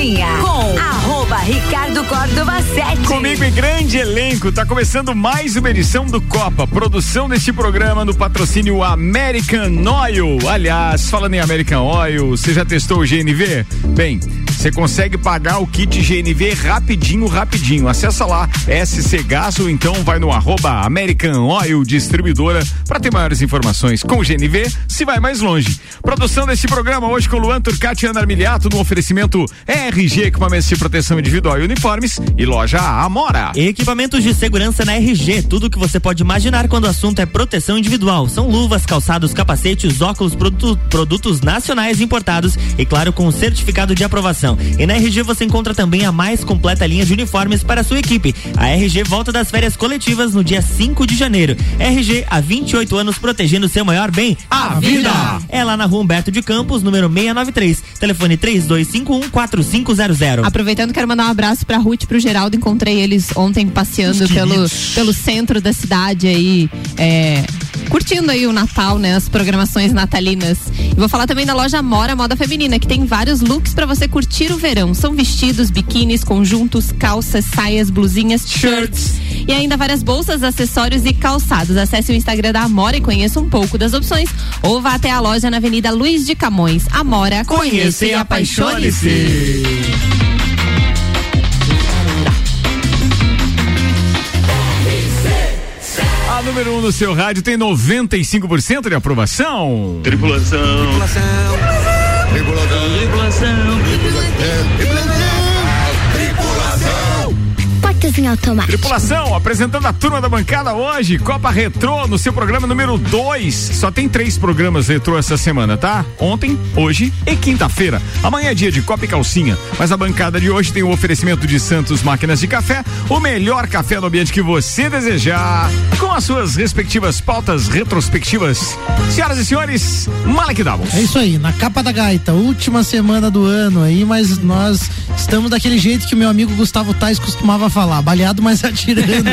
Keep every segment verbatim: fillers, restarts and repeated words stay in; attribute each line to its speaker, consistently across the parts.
Speaker 1: Cozinha com arroba Ricardo Córdova sete.
Speaker 2: Comigo em grande elenco, tá começando mais uma edição do Copa. Produção deste programa no patrocínio American Oil. Aliás, falando em American Oil, você já testou o G N V? Bem, você consegue pagar o kit G N V rapidinho, rapidinho. Acessa lá, S C Gás, ou então vai no arroba American Oil Distribuidora para ter maiores informações. Com o G N V, se vai mais longe. Produção deste programa hoje com Luan Turcati e Ana Armiliato no oferecimento R G, equipamentos de proteção individual e uniformes, e loja Amora.
Speaker 3: Equipamentos de segurança na R G, tudo o que você pode imaginar quando o assunto é proteção individual. São luvas, calçados, capacetes, óculos, produto, produtos nacionais importados e claro, com certificado de aprovação. E na R G você encontra também a mais completa linha de uniformes para a sua equipe. A R G volta das férias coletivas no dia cinco de janeiro. R G há vinte e oito anos protegendo seu maior bem, a vida. É lá na rua Humberto de Campos, número seiscentos e noventa e três. Telefone três dois cinco um quatro cinco zero zero.
Speaker 4: Aproveitando, quero mandar um abraço pra Ruth e pro Geraldo. Encontrei eles ontem passeando pelo, pelo centro da cidade aí, é, curtindo aí o Natal, né? As programações natalinas. E vou falar também da loja Amora Moda Feminina, que tem vários looks pra você curtir o verão. São vestidos, biquínis, conjuntos, calças, saias, blusinhas, shirts e ainda várias bolsas, acessórios e calçados. Acesse o Instagram da Amora e conheça um pouco das opções, ou vá até a loja na Avenida Luiz de Camões. Amora, conheça e apaixone-se.
Speaker 2: A número um no seu rádio tem noventa e cinco por cento de aprovação.
Speaker 5: Tripulação. Tripulação. Tripulação. Tripulação. Tripulação.
Speaker 6: Em automático.
Speaker 2: Tripulação, apresentando a turma da bancada hoje, Copa Retrô, no seu programa número dois. Só tem três programas retrô essa semana, tá? Ontem, hoje e quinta-feira. Amanhã é dia de Copa e Calcinha, mas a bancada de hoje tem o oferecimento de Santos Máquinas de Café, o melhor café no ambiente que você desejar, com as suas respectivas pautas retrospectivas. Senhoras e senhores, Malek Doubles.
Speaker 7: É isso aí, na capa da gaita, última semana do ano aí, mas nós estamos daquele jeito que o meu amigo Gustavo Tais costumava falar, baleado, mas atirando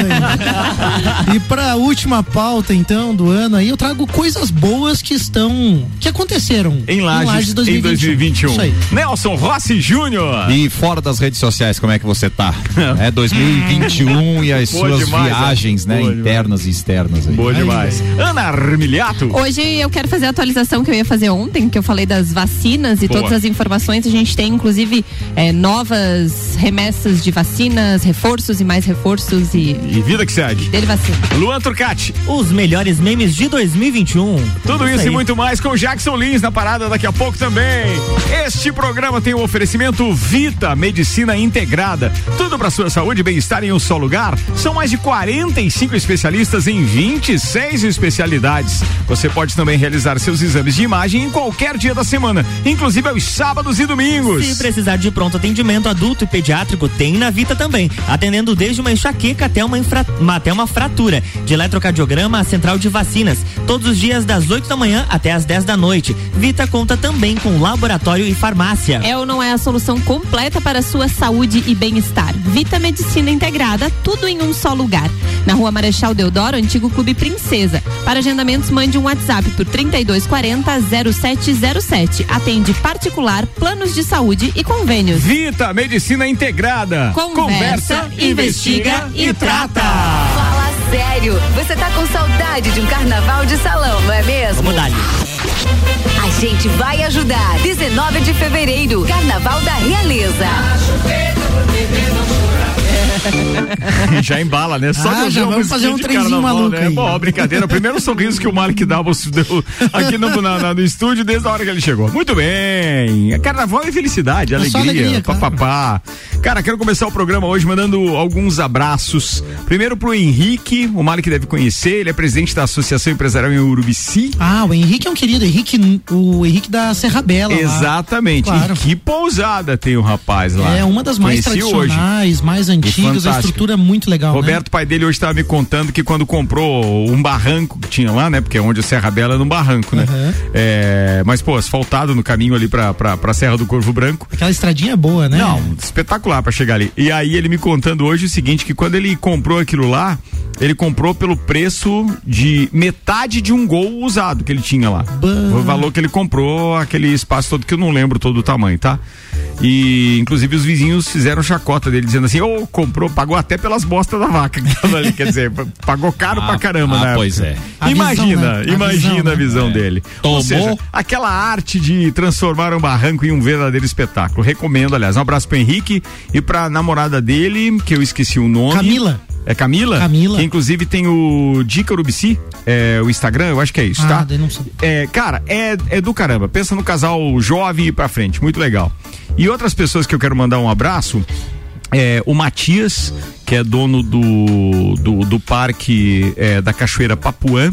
Speaker 7: aí. E pra última pauta, então, do ano aí, eu trago coisas boas que estão, que aconteceram
Speaker 2: em Lages, em dois mil e vinte e um. Isso aí. Nelson Rossi Júnior.
Speaker 8: E fora das redes sociais, como é que você tá? É dois mil e vinte e um e as Boa suas demais, viagens, né? Boa internas demais. E externas aí.
Speaker 2: Boa demais. Aí, Ana Armiliato.
Speaker 4: Hoje eu quero fazer a atualização que eu ia fazer ontem, que eu falei das vacinas e Boa. Todas as informações. A gente tem, inclusive, é, novas remessas de vacinas, reforços e mais reforços e...
Speaker 2: E vida que segue.
Speaker 4: Dele vacina.
Speaker 2: Luan Turcati.
Speaker 3: Os melhores memes de dois mil e vinte e um.
Speaker 2: Tudo isso, isso e muito mais com o Jackson Lins na parada daqui a pouco também. Este programa tem o um oferecimento Vita Medicina Integrada. Tudo para sua saúde e bem-estar em um só lugar. São mais de quarenta e cinco especialistas em vinte e seis especialidades. Você pode também realizar seus exames de imagem em qualquer dia da semana, inclusive aos sábados e domingos.
Speaker 3: Se precisar de pronto atendimento adulto e pediátrico, tem na Vita também. Atendendo desde uma enxaqueca até uma, infra... até uma fratura. De eletrocardiograma à central de vacinas. Todos os dias das oito da manhã até as dez da noite. Vita conta também com laboratório e farmácia.
Speaker 4: É ou não é a solução completa para a sua saúde e bem-estar? Vita Medicina Integrada, tudo em um só lugar. Na Rua Marechal Deodoro, antigo Clube Princesa. Para agendamentos, mande um WhatsApp por trinta e dois quarenta, zero sete zero sete. Atende particular, planos de saúde e convênios.
Speaker 2: Vita Medicina Integrada.
Speaker 4: Conversa, Conversa investiga e trata.
Speaker 1: Fala sério, você tá com saudade de um carnaval de salão, não é mesmo?
Speaker 3: Vamos dar-lhe.
Speaker 1: A gente vai ajudar. dezenove de fevereiro, Carnaval da Realeza.
Speaker 2: Já embala, né? Só
Speaker 7: ah, já vamos fazer um trenzinho maluco, né?
Speaker 2: Bom, brincadeira. O primeiro sorriso que o Malek Doubles deu aqui no, na, no estúdio desde a hora que ele chegou. Muito bem. Carnaval é felicidade, é alegria, alegria papapá. Claro. Cara, quero começar o programa hoje mandando alguns abraços. Primeiro pro Henrique, o Malek deve conhecer, ele é presidente da Associação Empresarial em Urubici.
Speaker 7: Ah, o Henrique é um querido, Henrique, o Henrique da Serra Bela.
Speaker 2: Exatamente. Claro. E que pousada tem o rapaz lá.
Speaker 7: É uma das mais Conheci tradicionais, hoje. Mais antigas. A estrutura é muito legal.
Speaker 2: Roberto, né? Pai dele, hoje estava me contando que quando comprou um barranco que tinha lá, né? Porque é onde a Serra Bela é num barranco, né? Uhum. É, mas, pô, asfaltado no caminho ali pra, pra, pra Serra do Corvo Branco.
Speaker 7: Aquela estradinha é boa, né?
Speaker 2: Não, espetacular pra chegar ali. E aí ele me contando hoje o seguinte, que quando ele comprou aquilo lá, ele comprou pelo preço de metade de um Gol usado que ele tinha lá. Bah. O valor que ele comprou, aquele espaço todo que eu não lembro todo o tamanho, tá? E inclusive os vizinhos fizeram chacota dele, dizendo assim, ô, oh, comprou, pagou até pelas bostas da vaca que tava ali, quer dizer, pagou caro ah, pra caramba,
Speaker 8: ah,
Speaker 2: né?
Speaker 8: Pois é.
Speaker 2: Imagina, visão, né? imagina a visão,
Speaker 7: a
Speaker 2: visão
Speaker 7: né?
Speaker 2: dele.
Speaker 8: Tomou.
Speaker 2: Ou seja, aquela arte de transformar um barranco em um verdadeiro espetáculo. Recomendo, aliás, um abraço pro Henrique e pra namorada dele, que eu esqueci o nome.
Speaker 7: Camila.
Speaker 2: É Camila?
Speaker 7: Camila.
Speaker 2: Que inclusive tem o Dica Urubici, é, o Instagram, eu acho que é isso,
Speaker 7: ah,
Speaker 2: tá?
Speaker 7: Denúncia.
Speaker 2: É, cara, é, é do caramba. Pensa no casal jovem e ir pra frente, muito legal. E outras pessoas que eu quero mandar um abraço, é o Matias, que é dono do, do, do parque é, da Cachoeira Papuã,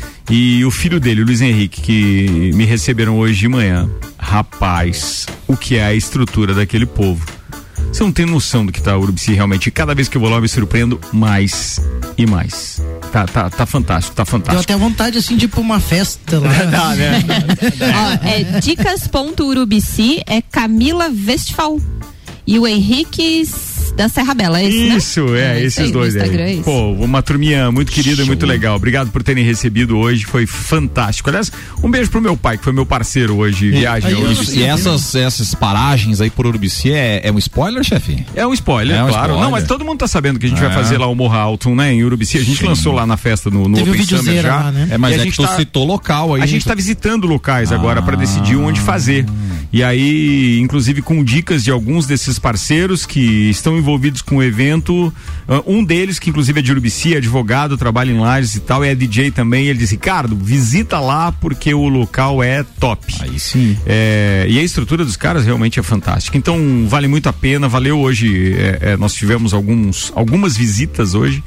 Speaker 2: e o filho dele, o Luiz Henrique, que me receberam hoje de manhã. Rapaz, o que é a estrutura daquele povo? Você não tem noção do que tá o Urubici realmente. E cada vez que eu vou lá eu me surpreendo mais e mais. Tá, tá, tá fantástico, tá fantástico.
Speaker 7: Deu até vontade assim de ir pra uma festa lá.
Speaker 2: Dá, né?
Speaker 4: Ó, é dicas.urubici, é Camila Westphal. E o Henrique da Serra Bela, é esse,
Speaker 2: Isso,
Speaker 4: né?
Speaker 2: é,
Speaker 4: é
Speaker 2: esses
Speaker 4: aí,
Speaker 2: dois aí.
Speaker 4: É
Speaker 2: Pô, uma turminha muito querida e muito legal. Obrigado por terem recebido hoje, foi fantástico. Aliás, um beijo pro meu pai, que foi meu parceiro hoje, viagem.
Speaker 8: E,
Speaker 2: hoje.
Speaker 8: e essas, essas paragens aí por Urubici é, é um spoiler, chefe?
Speaker 2: É um spoiler,
Speaker 8: é um
Speaker 2: claro.
Speaker 8: Spoiler.
Speaker 2: Não, mas todo mundo tá sabendo que a gente
Speaker 8: é.
Speaker 2: vai fazer lá o Morra Alto, né, em Urubici. A gente Sim. lançou lá na festa no, no
Speaker 7: Teve
Speaker 2: Open
Speaker 7: um
Speaker 2: Summer já.
Speaker 7: Lá, né?
Speaker 8: É, mas
Speaker 2: e
Speaker 8: é
Speaker 2: a
Speaker 8: que
Speaker 2: gente
Speaker 8: tu
Speaker 2: tá,
Speaker 8: citou local aí.
Speaker 2: A gente tá visitando locais ah. agora para decidir onde fazer. E aí, inclusive com dicas de alguns desses parceiros que estão envolvidos com o evento, um deles que inclusive é de Urubici, é advogado, trabalha em Lages e tal, é D J também, ele disse, Ricardo, visita lá porque o local é top.
Speaker 8: Aí sim.
Speaker 2: É, e a estrutura dos caras realmente é fantástica, então vale muito a pena, valeu hoje, é, é, nós tivemos alguns, algumas visitas hoje.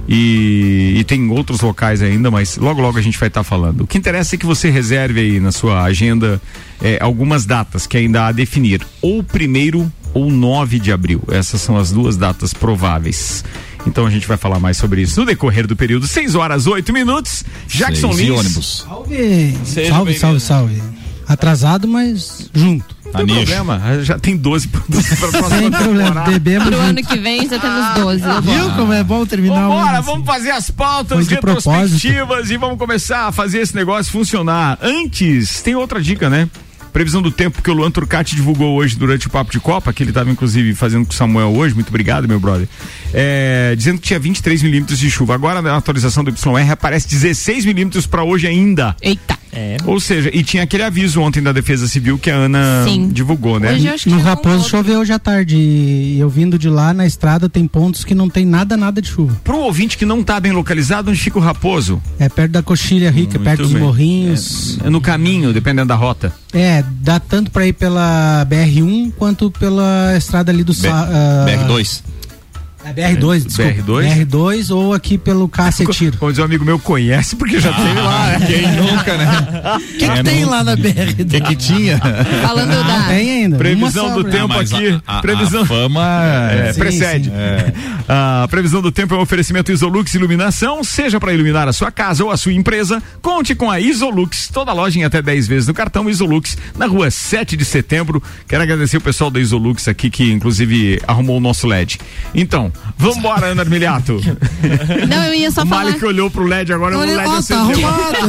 Speaker 2: E, e tem outros locais ainda, mas logo logo a gente vai estar tá falando. O que interessa é que você reserve aí na sua agenda é, algumas datas que ainda há a definir, ou primeiro ou nove de abril. Essas são as duas datas prováveis. Então a gente vai falar mais sobre isso no decorrer do período. seis horas, oito minutos. Jackson Lins.
Speaker 8: ônibus.
Speaker 7: Salve, salve, salve, salve. Atrasado, mas junto.
Speaker 2: Não tem problema, já tem doze para a próxima
Speaker 7: temporada. Bebemos
Speaker 4: Pro ano que vem já temos doze.
Speaker 7: Ah, viu como é bom terminar?
Speaker 2: Vambora, vamos fazer as pautas retrospectivas e vamos começar a fazer esse negócio funcionar. Antes, tem outra dica, né? Previsão do tempo que o Luan Turcati divulgou hoje durante o Papo de Copa, que ele estava inclusive fazendo com o Samuel hoje, muito obrigado, meu brother, é, dizendo que tinha vinte e três milímetros de chuva. Agora na atualização do Y R aparece dezesseis milímetros para hoje ainda.
Speaker 4: Eita.
Speaker 2: É. Ou seja, e tinha aquele aviso ontem da Defesa Civil que a Ana Sim. divulgou, né?
Speaker 7: No Raposo choveu hoje à tarde e eu vindo de lá na estrada tem pontos que não tem nada, nada de chuva.
Speaker 2: Pro ouvinte que não tá bem localizado, onde fica o Raposo?
Speaker 7: É perto da Coxilha Rica,
Speaker 2: Muito
Speaker 7: perto
Speaker 2: bem.
Speaker 7: dos morrinhos.
Speaker 2: É, é no caminho, dependendo da rota.
Speaker 7: É, dá tanto pra ir pela B R um quanto pela estrada ali do
Speaker 8: B- uh... B R dois.
Speaker 7: É B R dois, desculpa.
Speaker 2: B R dois?
Speaker 7: B R dois ou aqui pelo Cacetiro.
Speaker 2: Como diz um amigo meu, conhece porque já teve lá.
Speaker 8: Quem nunca, né?
Speaker 7: O que, que tem lá na B R dois?
Speaker 8: O que, que tinha?
Speaker 4: Falando ah, da...
Speaker 7: Tem ainda.
Speaker 2: Previsão do tempo
Speaker 8: ah,
Speaker 2: aqui.
Speaker 8: A, a,
Speaker 2: previsão...
Speaker 8: a fama
Speaker 2: é,
Speaker 8: sim,
Speaker 2: precede.
Speaker 8: Sim. É.
Speaker 2: A previsão do tempo é um oferecimento Isolux Iluminação, seja para iluminar a sua casa ou a sua empresa, conte com a Isolux, toda loja em até dez vezes no cartão Isolux, na rua sete de setembro. Quero agradecer o pessoal da Isolux aqui que inclusive arrumou o nosso L E D. Então, vambora, Ana Armiliato.
Speaker 4: Não, eu ia só
Speaker 2: o
Speaker 4: falar.
Speaker 2: O Malik olhou pro L E D agora, o L E D acendeu.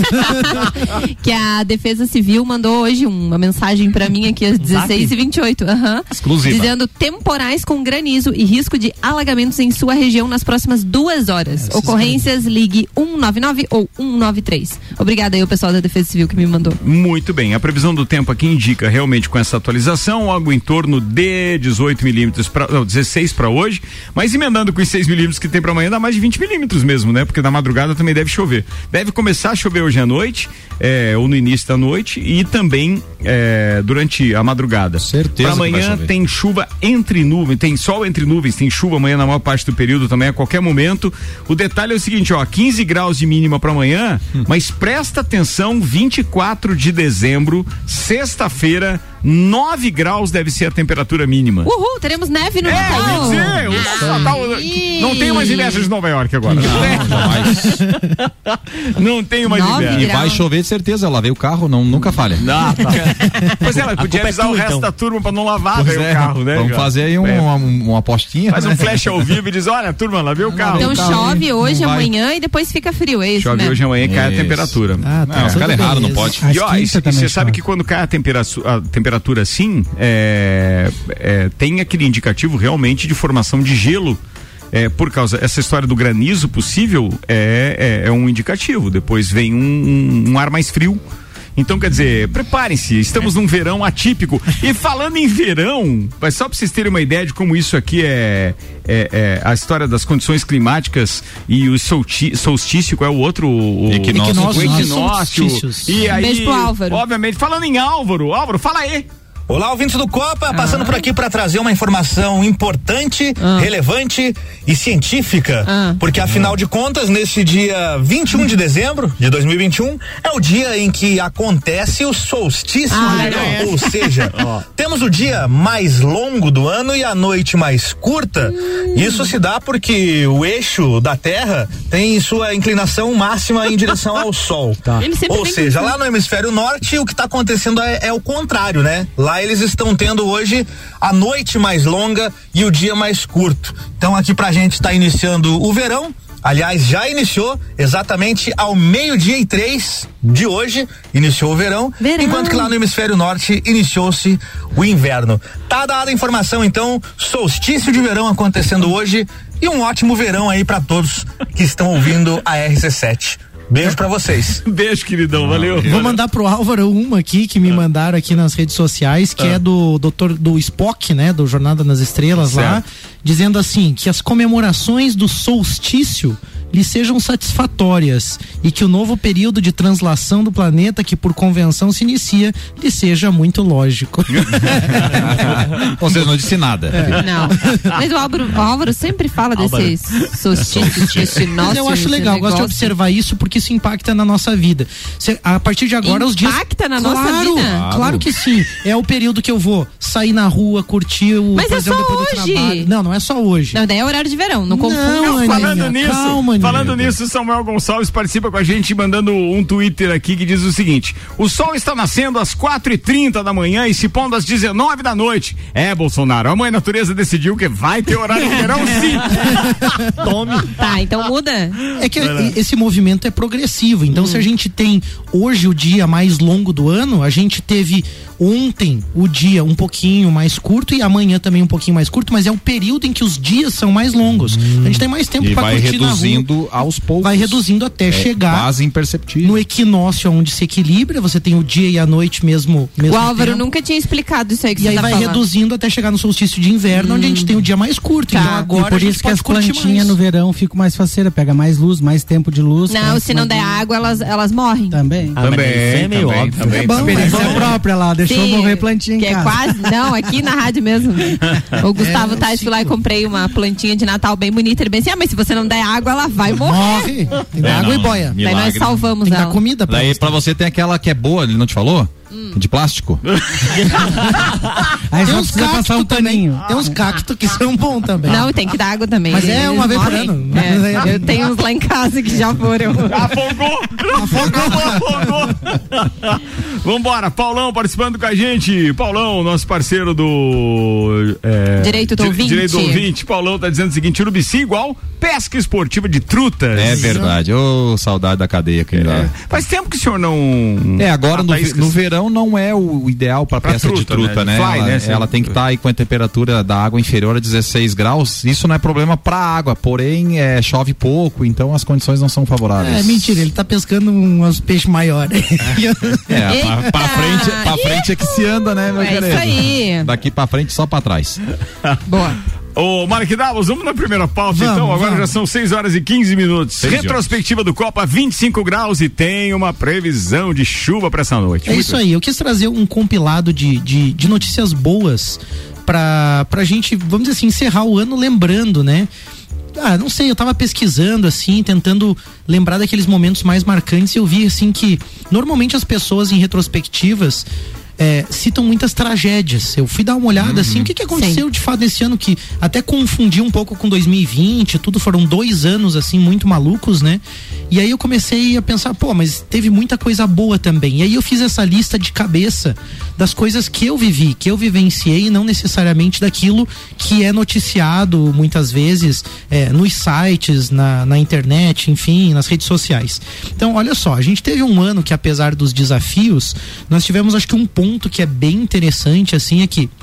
Speaker 4: Que a Defesa Civil mandou hoje uma mensagem pra mim aqui às dezesseis e vinte e oito. Uhum.
Speaker 8: Exclusiva.
Speaker 4: Dizendo temporais com granizo e risco de alagamentos em sua região nas próximas duas horas. Ocorrências, ligue um nove nove ou um nove três. Obrigada aí ao pessoal da Defesa Civil que me mandou.
Speaker 2: Muito bem, a previsão do tempo aqui indica realmente com essa atualização algo em torno de dezoito milímetros, pra, não, dezesseis para hoje, mas emendando com os seis milímetros que tem para amanhã dá mais de vinte milímetros mesmo, né? Porque na madrugada também deve chover. Deve começar a chover hoje à noite, é, ou no início da noite e também é, durante a madrugada.
Speaker 8: Certeza.
Speaker 2: Para amanhã tem chuva entre nuvens, tem sol entre nuvens, tem chuva amanhã na maior parte do período também a qualquer momento. O detalhe é o seguinte, ó, quinze graus de mínima para amanhã, hum. mas presta atenção, vinte e quatro de dezembro, sexta-feira, nove graus deve ser a temperatura mínima.
Speaker 4: Uhul, teremos neve no
Speaker 2: é,
Speaker 4: Natal.
Speaker 2: Dizer, o Natal não tem mais inveja de Nova York agora.
Speaker 8: Não, jamais.
Speaker 2: Não tem mais inveja.
Speaker 8: E vai chover de certeza, eu lavei o carro, não, nunca falha.
Speaker 2: Ah, tá. Pois é, mas podia avisar é o resto então. da turma pra não lavar véio, é, o carro, né?
Speaker 8: Vamos cara? fazer aí um, é. uma, uma apostinha.
Speaker 2: Faz né? um flash ao vivo e diz, olha, turma, lavei o carro.
Speaker 4: Então
Speaker 2: o carro,
Speaker 4: chove hoje, amanhã e depois fica frio, é isso
Speaker 2: Chove
Speaker 4: mesmo?
Speaker 2: hoje, amanhã e cai a temperatura.
Speaker 7: Ah, tá.
Speaker 2: Não,
Speaker 8: os caras erraram, não pode.
Speaker 2: E ó, você sabe que quando cai a temperatura, a temperatura assim, é, é, tem aquele indicativo realmente de formação de gelo. É, por causa, essa história do granizo possível é, é, é um indicativo. Depois vem um, um, um ar mais frio. Então, quer dizer, preparem-se, estamos num verão atípico. E falando em verão, mas só para vocês terem uma ideia de como isso aqui é, é, é a história das condições climáticas e o solti, solstício, qual é o outro? O
Speaker 7: equinócio.
Speaker 2: O equinócio.
Speaker 7: E
Speaker 2: aí,
Speaker 4: beijo pro Álvaro.
Speaker 2: Obviamente, falando em Álvaro, Álvaro, fala aí.
Speaker 9: Olá, ouvintes do Copa, passando ah. por aqui para trazer uma informação importante, ah. relevante e científica, ah. porque afinal de contas, nesse dia vinte e um de dezembro de dois mil e vinte e um, é o dia em que acontece o solstício ah, de verão, é. ou seja, oh. temos o dia mais longo do ano e a noite mais curta. Hum. Isso se dá porque o eixo da Terra tem sua inclinação máxima em direção ao Sol. Tá. Ou seja, lá no hemisfério norte o que está acontecendo é, é o contrário, né? Lá eles estão tendo hoje a noite mais longa e o dia mais curto. Então aqui pra gente está iniciando o verão. Aliás, já iniciou exatamente ao meio-dia e três de hoje, iniciou o verão, verão, enquanto que lá no hemisfério norte iniciou-se o inverno. Tá dada a informação então, solstício de verão acontecendo hoje e um ótimo verão aí para todos que estão ouvindo a R C sete. Beijo pra vocês.
Speaker 2: Beijo, queridão, valeu.
Speaker 7: Vou mandar pro Álvaro uma aqui que me mandaram aqui nas redes sociais, que ah. é do doutor do Spock, né, do Jornada nas Estrelas, certo, lá, dizendo assim, que as comemorações do solstício lhe sejam satisfatórias e que o novo período de translação do planeta, que por convenção se inicia, lhe seja muito lógico.
Speaker 8: Ou seja, não disse nada.
Speaker 4: É. Não. Mas o Álvaro, o Álvaro sempre fala desses solstícios, desse nosso.
Speaker 7: Mas eu acho legal, eu gosto de observar isso porque isso impacta na nossa vida. Cê, a partir de agora,
Speaker 4: impacta
Speaker 7: os dias.
Speaker 4: Impacta na
Speaker 7: claro,
Speaker 4: nossa vida?
Speaker 7: Claro. claro que sim. É o período que eu vou sair na rua, curtir o.
Speaker 4: Mas é só hoje.
Speaker 7: Não, não é só hoje.
Speaker 4: Não, daí é horário de verão, não confunde.
Speaker 2: Não, falando nisso,
Speaker 7: calma,
Speaker 2: falando nisso, Samuel Gonçalves participa com a gente mandando um Twitter aqui que diz o seguinte: o sol está nascendo às quatro e trinta da manhã e se pondo às dezenove da noite. É, Bolsonaro, a mãe natureza decidiu que vai ter horário de verão sim.
Speaker 4: Tome. Tá, então muda.
Speaker 7: É que esse movimento é progressivo, então hum. se a gente tem hoje o dia mais longo do ano, a gente teve ontem o dia um pouquinho mais curto e amanhã também um pouquinho mais curto, mas é o período em que os dias são mais longos. Hum. A gente tem mais tempo para curtir na rua.
Speaker 8: Vai reduzindo aos poucos.
Speaker 7: Vai reduzindo até é chegar
Speaker 8: quase imperceptível.
Speaker 7: No equinócio, onde se equilibra, você tem o dia e a noite mesmo. mesmo
Speaker 4: o Álvaro tempo. Nunca tinha explicado isso aí que
Speaker 7: e
Speaker 4: você
Speaker 7: aí
Speaker 4: tá
Speaker 7: vai
Speaker 4: falando.
Speaker 7: Reduzindo até chegar no solstício de inverno, hum. onde a gente tem o dia mais curto.
Speaker 4: Tá.
Speaker 7: Então agora
Speaker 10: e por isso que as plantinhas no verão ficam mais faceira, pega mais luz, mais tempo de luz.
Speaker 4: Não, se não der água, elas, elas morrem.
Speaker 10: Também.
Speaker 2: Ah, também, é meio também, óbvio. Também,
Speaker 10: é bom, experiência é própria lá, deixou sim, morrer plantinha em
Speaker 4: que
Speaker 10: casa.
Speaker 4: É quase, não, aqui na rádio mesmo. O Gustavo é, Tais foi lá e comprei uma plantinha de Natal bem bonita. Ele bem assim, ah, mas se você não der água, ela vai morrer.
Speaker 7: Morre. Tem é, água não, e boia.
Speaker 4: Daí nós salvamos
Speaker 7: tem
Speaker 4: ela.
Speaker 7: Tem comida pra
Speaker 8: Daí pra você tem aquela que é boa, ele não te falou? Hum. De plástico?
Speaker 7: Aí tem uns cactos também. Tem uns cactos que são bons também.
Speaker 4: Não, tem que dar água também.
Speaker 7: Mas é uma vez por ano.
Speaker 4: É, eu tenho uns lá em casa que já foram.
Speaker 2: Afogou! Afogou! Afogou! Vambora, Paulão participando com a gente. Paulão, nosso parceiro do
Speaker 4: é, Direito do Ouvinte.
Speaker 2: Direito do Ouvinte. Paulão tá dizendo o seguinte: Urubici igual pesca esportiva de trutas.
Speaker 8: É verdade. Ô, oh, saudade da cadeia aqui. É.
Speaker 2: Faz tempo que o senhor não.
Speaker 8: É, agora no, no verão não é o ideal para pesca truta, de truta, né? né? Fly, ela, né? Ela tem que estar tá aí com a temperatura da água inferior a dezesseis graus. Isso não é problema para água, porém é, chove pouco, então as condições não são favoráveis.
Speaker 7: É mentira, ele tá pescando uns peixes maiores.
Speaker 8: É, pra, pra frente, pra frente é que se anda, né, meu querido?
Speaker 4: É isso aí.
Speaker 8: Daqui pra frente só pra trás.
Speaker 4: Boa.
Speaker 2: Ô, Mark Davos, vamos na primeira pauta vamos, então. Agora vamos. Já são seis horas e quinze minutos. seis Retrospectiva horas. Do Copa, vinte e cinco graus e tem uma previsão de chuva para essa noite.
Speaker 7: É Muito isso aí, eu quis trazer um compilado de, de, de notícias boas pra, pra gente, vamos dizer assim, encerrar o ano lembrando, né? Ah, não sei, eu tava pesquisando assim, tentando lembrar daqueles momentos mais marcantes e eu vi assim que normalmente as pessoas em retrospectivas É, citam muitas tragédias. Eu fui dar uma olhada uhum. assim, o que, que aconteceu Sim. de fato nesse ano que até confundi um pouco com dois mil e vinte, tudo foram dois anos assim muito malucos, né? E aí eu comecei a pensar, pô, mas teve muita coisa boa também. E aí eu fiz essa lista de cabeça das coisas que eu vivi, que eu vivenciei, não necessariamente daquilo que é noticiado muitas vezes é, nos sites, na, na internet, enfim, nas redes sociais. Então, olha só, a gente teve um ano que, apesar dos desafios, nós tivemos acho que um ponto que é bem interessante, assim, é que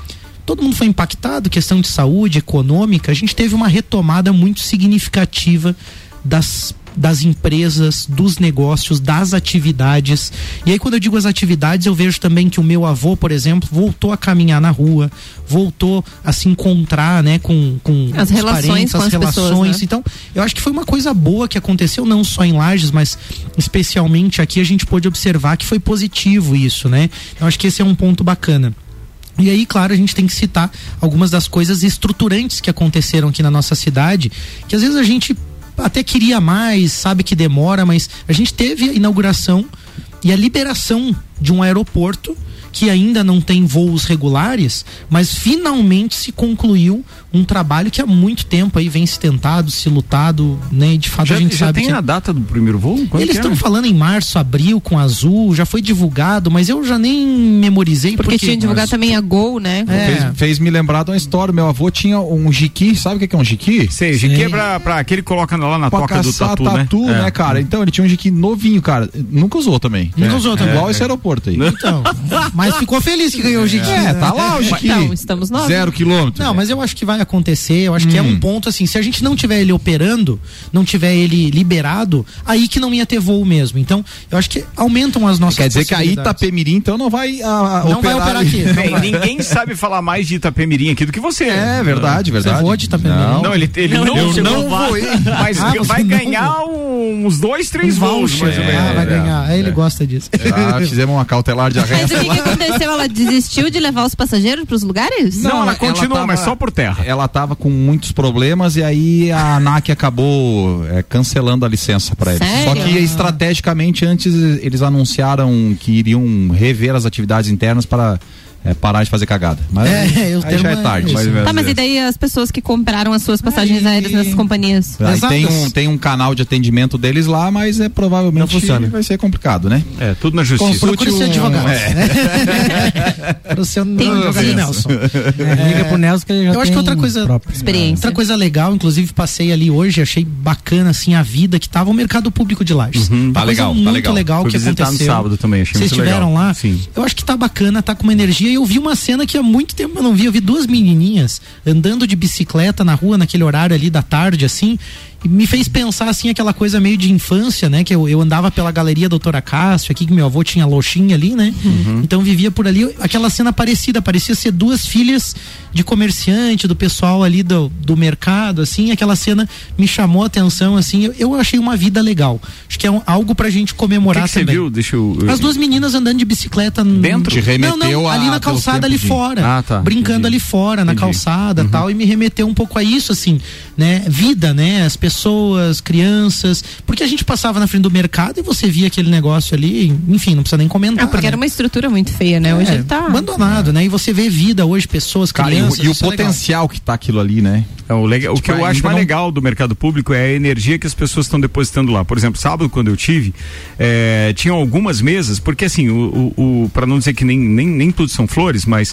Speaker 7: todo mundo foi impactado, questão de saúde, econômica, a gente teve uma retomada muito significativa das das empresas, dos negócios, das atividades. E aí quando eu digo as atividades, eu vejo também que o meu avô, por exemplo, voltou a caminhar na rua, voltou a se encontrar, né, com, com
Speaker 4: as
Speaker 7: os
Speaker 4: relações
Speaker 7: parentes,
Speaker 4: com
Speaker 7: as,
Speaker 4: as
Speaker 7: relações.
Speaker 4: pessoas, né?
Speaker 7: Então, eu acho que foi uma coisa boa que aconteceu, não só em Lages, mas especialmente aqui a gente pôde observar que foi positivo isso, né? Eu acho que esse é um ponto bacana. E aí, claro, a gente tem que citar algumas das coisas estruturantes que aconteceram aqui na nossa cidade, que às vezes a gente até queria mais, sabe que demora, mas a gente teve a inauguração e a liberação de um aeroporto que ainda não tem voos regulares, mas finalmente se concluiu um trabalho que há muito tempo aí vem se tentado, se lutado, né? E de fato
Speaker 2: já,
Speaker 7: a gente
Speaker 2: já
Speaker 7: sabe
Speaker 2: tem
Speaker 7: que
Speaker 2: a data do primeiro voo? Quando
Speaker 7: eles estão
Speaker 2: é?
Speaker 7: falando em março, abril, com Azul, já foi divulgado, mas eu já nem memorizei.
Speaker 4: Porque, porque tinha divulgado também a Gol, né?
Speaker 8: É. Fez, fez me lembrar de uma história, meu avô tinha um jiqui, sabe o que é um jiqui?
Speaker 2: Sei, jiqui é pra, pra aquele que coloca lá na
Speaker 8: pra
Speaker 2: toca do tatu,
Speaker 8: tatu,
Speaker 2: né?
Speaker 8: né,
Speaker 2: é.
Speaker 8: cara? Então ele tinha um jiqui novinho, cara, nunca usou também.
Speaker 7: Nunca é. usou também.
Speaker 8: Igual
Speaker 7: é.
Speaker 8: esse aeroporto aí.
Speaker 7: Então, mas ficou feliz que ganhou o jiqui.
Speaker 8: É, tá lá o jiqui.
Speaker 4: Então, estamos nós.
Speaker 8: Zero quilômetro.
Speaker 7: Não, mas eu acho que vai acontecer, eu acho
Speaker 8: hum.
Speaker 7: que é um ponto assim, se a gente não tiver ele operando, não tiver ele liberado, aí que não ia ter voo mesmo. Então, eu acho que aumentam as nossas
Speaker 8: Quer dizer que a Itapemirim, então, não vai a, a
Speaker 7: não
Speaker 8: operar
Speaker 7: vai operar aqui.
Speaker 2: Bem, vai. Ninguém sabe falar mais de Itapemirim aqui do que você.
Speaker 8: É, verdade, verdade.
Speaker 7: Você voa de Itapemirim?
Speaker 2: Não, não ele, ele
Speaker 8: não,
Speaker 2: não,
Speaker 8: eu
Speaker 2: não voei, mas ah, vai ganhar um, uns dois, três
Speaker 7: um
Speaker 2: voos.
Speaker 7: Voucher,
Speaker 2: mais
Speaker 7: ah, vai
Speaker 2: é,
Speaker 7: ganhar.
Speaker 2: É.
Speaker 7: Ele gosta disso.
Speaker 8: Ah, fizemos uma cautelar de arresto.
Speaker 4: Mas o que, que aconteceu? Ela desistiu de levar os passageiros para os lugares?
Speaker 2: Não, não, ela, ela continua, ela tava, mas só por terra.
Speaker 8: Ela tava com muitos problemas e aí a ANAC acabou é, cancelando a licença para eles.
Speaker 4: Sério?
Speaker 8: Só que estrategicamente antes eles anunciaram que iriam rever as atividades internas para É, parar de fazer cagada. Mas
Speaker 7: é, eu
Speaker 8: aí já é tarde.
Speaker 4: Mas, tá, mas e daí as pessoas que compraram as suas passagens aí, aéreas nessas companhias?
Speaker 8: Aí tem, um, tem um canal de atendimento deles lá, mas é provavelmente não funciona. Vai ser complicado, né?
Speaker 2: É, tudo na justiça.
Speaker 7: Procure seu advogado.
Speaker 8: É.
Speaker 7: Para o seu advogado Nelson.
Speaker 10: É, liga pro Nelson que ele já
Speaker 7: Eu acho que outra coisa,
Speaker 4: experiência.
Speaker 7: outra coisa legal, inclusive passei ali hoje, achei bacana assim a vida que tava o mercado público de Lages.
Speaker 2: Uhum, tá legal,
Speaker 7: muito
Speaker 2: tá legal.
Speaker 7: legal
Speaker 2: Fui
Speaker 7: que
Speaker 2: visitar
Speaker 7: aconteceu.
Speaker 2: no sábado também, achei
Speaker 7: Vocês
Speaker 2: muito
Speaker 7: estiveram
Speaker 2: legal.
Speaker 7: lá?
Speaker 2: Sim.
Speaker 7: Eu acho que tá bacana, tá com uma energia e eu vi uma cena que há muito tempo eu não vi, eu vi duas menininhas andando de bicicleta na rua naquele horário ali da tarde, assim, e me fez pensar, assim, aquela coisa meio de infância, né, que eu, eu andava pela galeria Doutora Cássio, aqui que meu avô tinha loxinha ali, né, uhum. Então vivia por ali, aquela cena parecida, parecia ser duas filhas de comerciante, do pessoal ali do, do mercado, assim, aquela cena me chamou a atenção, assim, eu, eu achei uma vida legal, acho que é um, algo pra gente comemorar
Speaker 2: que que
Speaker 7: também.
Speaker 2: Você viu? Deixa eu...
Speaker 7: As duas meninas andando de bicicleta
Speaker 2: dentro?
Speaker 7: Te remeteu não, não, ali na calçada ali de... fora, ah, tá. brincando entendi. ali fora, na entendi. calçada uhum. tal, e me remeteu um pouco a isso, assim, né, vida, né, as pessoas, crianças, porque a gente passava na frente do mercado e você via aquele negócio ali, enfim, não precisa nem comentar.
Speaker 4: Ah, porque
Speaker 7: né?
Speaker 4: era uma estrutura muito feia, né, hoje
Speaker 7: é,
Speaker 4: ele tá
Speaker 7: abandonado, é. né, e você vê vida hoje, pessoas,
Speaker 8: Cara,
Speaker 7: crianças.
Speaker 8: E o, e o potencial legal. que tá aquilo ali, né?
Speaker 2: É, o legal, tipo, o que eu acho mais
Speaker 8: não...
Speaker 2: legal do mercado público é a energia que as pessoas estão depositando lá. Por exemplo, sábado, quando eu tive, é, tinham algumas mesas, porque assim, o, o, o para não dizer que nem, nem, nem tudo são flores, mas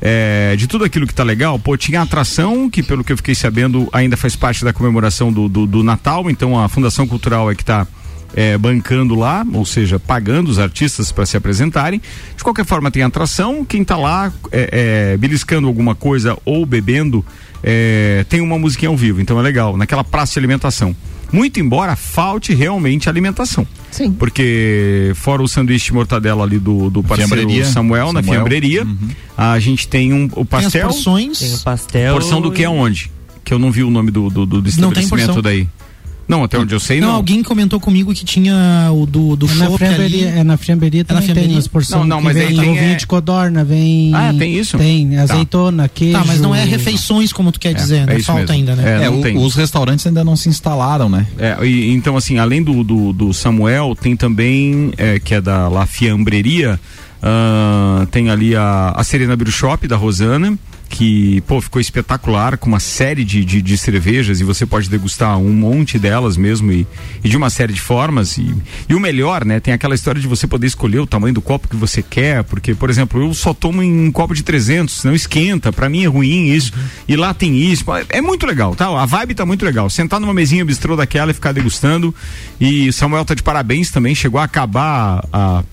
Speaker 2: é, de tudo aquilo que tá legal, pô, tinha atração, que pelo que eu fiquei sabendo, ainda faz parte da comemoração do, do, do Natal, então a Fundação Cultural é que tá É, bancando lá, ou seja, pagando os artistas para se apresentarem. De qualquer forma, tem atração. Quem tá lá é, é, beliscando alguma coisa ou bebendo, é, tem uma musiquinha ao vivo, então é legal. Naquela praça de alimentação. Muito embora falte realmente alimentação.
Speaker 4: Sim.
Speaker 2: Porque fora o sanduíche de mortadela ali do, do parceiro Samuel, Samuel, na fiambreria, uhum. a gente tem um, o pastel.
Speaker 7: Tem as porções.
Speaker 3: Tem o pastel.
Speaker 2: Porção do que é onde? Que eu não vi o nome do, do, do estabelecimento daí. Não, até onde eu sei não.
Speaker 7: Não, alguém comentou comigo que tinha o do, do
Speaker 10: é chopp ali. É na fiambreria também, é tem as porções.
Speaker 2: Não, não, mas
Speaker 10: vem,
Speaker 2: aí tem
Speaker 10: ovinho é... de codorna, vem...
Speaker 2: Ah, tem isso?
Speaker 10: Tem, azeitona, tá. queijo...
Speaker 7: Tá, mas não é refeições como tu quer
Speaker 2: é,
Speaker 7: dizer, né?
Speaker 2: É
Speaker 7: Falta
Speaker 2: mesmo.
Speaker 7: ainda, né?
Speaker 8: É, é o, os restaurantes ainda não se instalaram, né?
Speaker 2: É, e, então assim, além do, do, do Samuel, tem também, é, que é da La Fiambreria, uh, tem ali a, a Serena Beer Shop da Rosana, que, pô, ficou espetacular, com uma série de, de, de cervejas, e você pode degustar um monte delas mesmo, e, e de uma série de formas, e, e o melhor, né, tem aquela história de você poder escolher o tamanho do copo que você quer, porque, por exemplo, eu só tomo em um copo de trezentos, não esquenta, pra mim é ruim isso, uhum. e lá tem isso, é muito legal, tá? A vibe tá muito legal, sentar numa mesinha bistrô daquela e ficar degustando, e Samuel tá de parabéns também, chegou a acabar a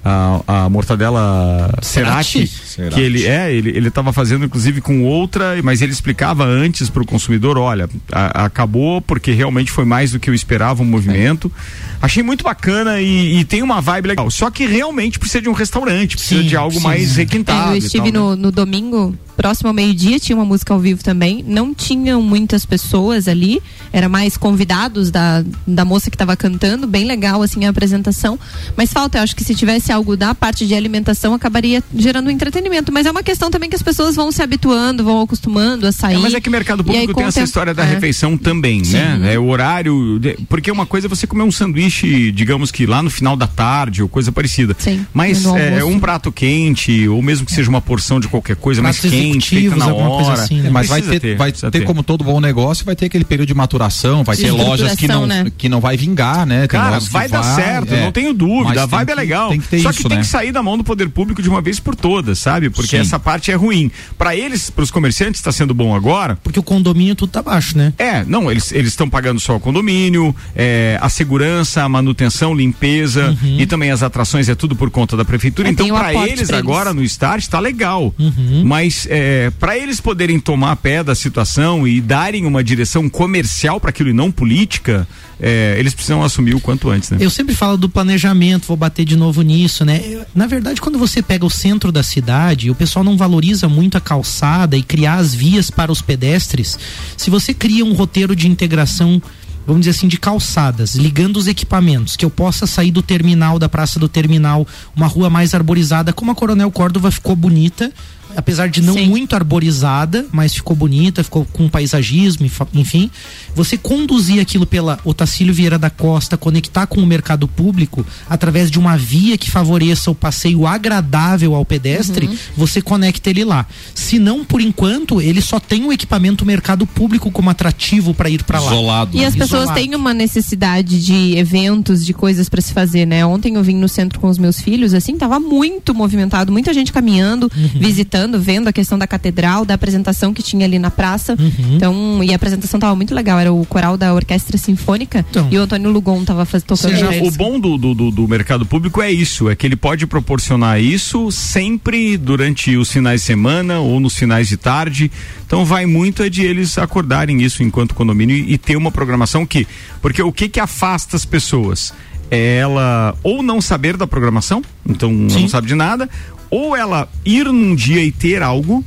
Speaker 2: a, a mortadela Cerati,
Speaker 8: Cerati,
Speaker 2: que ele é, ele ele estava fazendo inclusive com outra, mas ele explicava antes para o consumidor, olha, a, acabou porque realmente foi mais do que eu esperava o movimento. É. Achei muito bacana e, e tem uma vibe legal. Só que realmente precisa de um restaurante, precisa sim, de algo sim. mais requintado.
Speaker 4: É, eu estive tal, no, né? no domingo, próximo ao meio-dia, tinha uma música ao vivo também. Não tinham muitas pessoas ali, era mais convidados da, da moça que estava cantando, bem legal assim a apresentação. Mas falta, eu acho que se tivesse algo da parte de alimentação, acabaria gerando um entretenimento. Mas é uma questão também que as pessoas vão se habituando, vão acostumando a sair. É,
Speaker 2: mas é que o mercado público tem essa história da é. refeição também, sim. né? É o horário, de, porque uma coisa é você comer um sanduíche, digamos que lá no final da tarde ou coisa parecida. Sim, mas é um prato quente, ou mesmo que seja uma porção de qualquer coisa mais quente, feita na hora.
Speaker 8: Assim, né? Mas vai ter, ter vai ter, ter como todo bom negócio, vai ter aquele período de maturação, vai ter lojas que não, né? que não vai vingar, né? Tem
Speaker 2: Cara, vai dar vai, certo, é. não tenho dúvida, a vibe é legal. Tem que ter Só que isso, tem né? que sair da mão do poder público de uma vez por todas, sabe? Porque Sim. essa parte é ruim. Para eles, para os comerciantes, está sendo bom agora.
Speaker 7: Porque o condomínio tudo tá baixo, né?
Speaker 2: É, não, eles eles estão pagando só o condomínio, é, a segurança, a manutenção, limpeza uhum. e também as atrações é tudo por conta da prefeitura. É, então, para eles agora no Start está legal. Uhum. Mas é, para eles poderem tomar pé da situação e darem uma direção comercial para aquilo e não política, é, eles precisam assumir o quanto antes, né?
Speaker 7: Eu sempre falo do planejamento, vou bater de novo nisso, né? Eu, na verdade, quando você pega o centro da cidade, o pessoal não valoriza muito a calçada e criar as vias para os pedestres. Se você cria um roteiro de integração, vamos dizer assim, de calçadas, ligando os equipamentos, que eu possa sair do terminal, da Praça do Terminal, uma rua mais arborizada, como a Coronel Córdova ficou bonita, apesar de não Sim. muito arborizada, mas ficou bonita, ficou com paisagismo, enfim, você conduzir aquilo pela Otacílio Vieira da Costa, conectar com o mercado público através de uma via que favoreça o passeio agradável ao pedestre, uhum. você conecta ele lá. Se não, por enquanto, ele só tem o equipamento mercado público como atrativo para ir para lá.
Speaker 8: Isolado.
Speaker 4: E as pessoas Isolado. têm uma necessidade de eventos, de coisas para se fazer, né? Ontem eu vim no centro com os meus filhos, assim, tava muito movimentado, muita gente caminhando, uhum. visitando, vendo a questão da catedral, da apresentação que tinha ali na praça. Uhum. Então, e a apresentação tava muito legal, era o coral da Orquestra Sinfônica então. e o Antônio Lugon tava faz, tocando.
Speaker 2: Seja, o bom do, do, do mercado público é isso, é que ele pode proporcionar isso sempre durante os finais de semana ou nos finais de tarde. Então vai muito é de eles acordarem isso enquanto condomínio e, e ter uma programação que, porque o que que afasta as pessoas? É ela ou não saber da programação, então Sim. não sabe de nada, ou ela ir num dia e ter algo,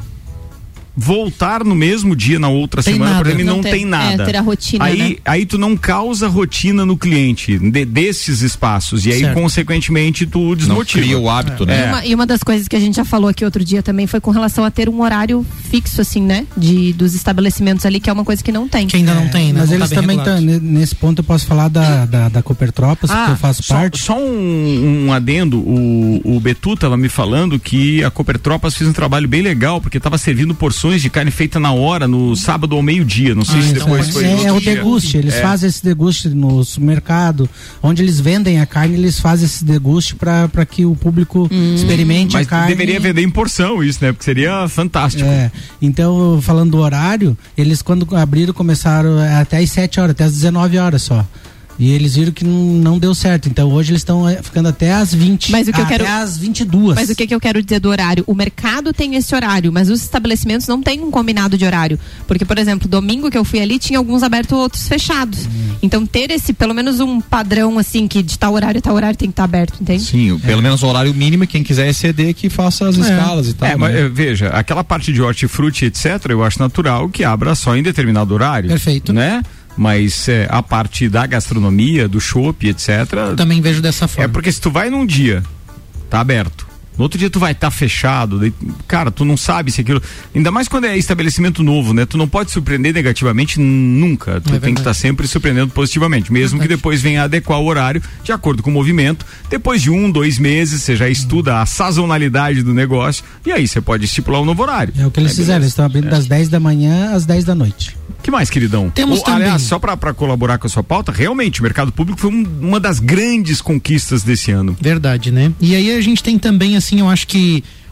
Speaker 2: voltar no mesmo dia na outra tem semana, nada. por exemplo, não, não tem, tem nada.
Speaker 4: É, ter a rotina,
Speaker 2: aí,
Speaker 4: né?
Speaker 2: aí tu não causa rotina no cliente de, desses espaços e aí certo. consequentemente tu desmotiva.
Speaker 8: Não cria o hábito, é. né?
Speaker 4: E uma, e uma das coisas que a gente já falou aqui outro dia também foi com relação a ter um horário fixo, assim, né? De, dos estabelecimentos ali, que é uma coisa que não tem.
Speaker 7: Que ainda não é, tem, né?
Speaker 10: Mas
Speaker 7: não
Speaker 10: eles
Speaker 7: tá
Speaker 10: também estão, nesse ponto eu posso falar da, da, da Coopertropas, ah, que eu faço
Speaker 2: só,
Speaker 10: parte.
Speaker 2: Só um, um adendo, o, o Betu tava me falando que a Coopertropas fez um trabalho bem legal, porque tava servindo porções de carne feita na hora, no sábado ao meio-dia, não sei ah, se então depois foi
Speaker 10: é, é o deguste, eles é. fazem esse deguste no supermercado, onde eles vendem a carne, eles fazem esse deguste para que o público hum. experimente
Speaker 2: Mas
Speaker 10: a carne.
Speaker 2: Mas deveria vender em porção isso, né? Porque seria fantástico.
Speaker 10: É, então, falando do horário, eles quando abriram começaram até às sete horas, até às dezenove horas só. E eles viram que não, não deu certo. Então hoje eles estão ficando até às vinte.
Speaker 4: Mas o que eu
Speaker 10: até
Speaker 4: quero...
Speaker 10: às vinte e duas.
Speaker 4: Mas o que, que eu quero dizer do horário? O mercado tem esse horário, mas os estabelecimentos não têm um combinado de horário. Porque, por exemplo, domingo que eu fui ali, tinha alguns abertos, outros fechados. Hum. Então ter esse, pelo menos um padrão assim, que de tal horário, tal horário tem que estar aberto, entende?
Speaker 8: Sim, é. pelo menos o horário mínimo, quem quiser exceder que faça as é. escalas e tal.
Speaker 2: É, mas né? veja, aquela parte de hortifruti, etcétera, eu acho natural que abra só em determinado horário.
Speaker 7: Perfeito.
Speaker 2: Né? Mas é, a parte da gastronomia, do chopp, etcétera.
Speaker 7: Eu também vejo dessa forma.
Speaker 2: É porque se tu vai num dia, tá aberto. No outro dia tu vai estar tá fechado, daí, cara, tu não sabe se aquilo, ainda mais quando é estabelecimento novo, né? Tu não pode surpreender negativamente nunca, tu é tem que estar tá sempre surpreendendo positivamente, mesmo verdade. que depois venha adequar o horário de acordo com o movimento, depois de um, dois meses você já estuda a sazonalidade do negócio e aí você pode estipular um novo horário.
Speaker 10: É o que eles é, fizeram, eles estão abrindo é. das dez da manhã às dez da noite.
Speaker 2: Que mais, queridão?
Speaker 7: Temos o, também.
Speaker 2: Aliás, só para colaborar com a sua pauta, realmente o mercado público foi um, uma das grandes conquistas desse ano.
Speaker 7: Verdade, né? E aí a gente tem também, assim, eu acho que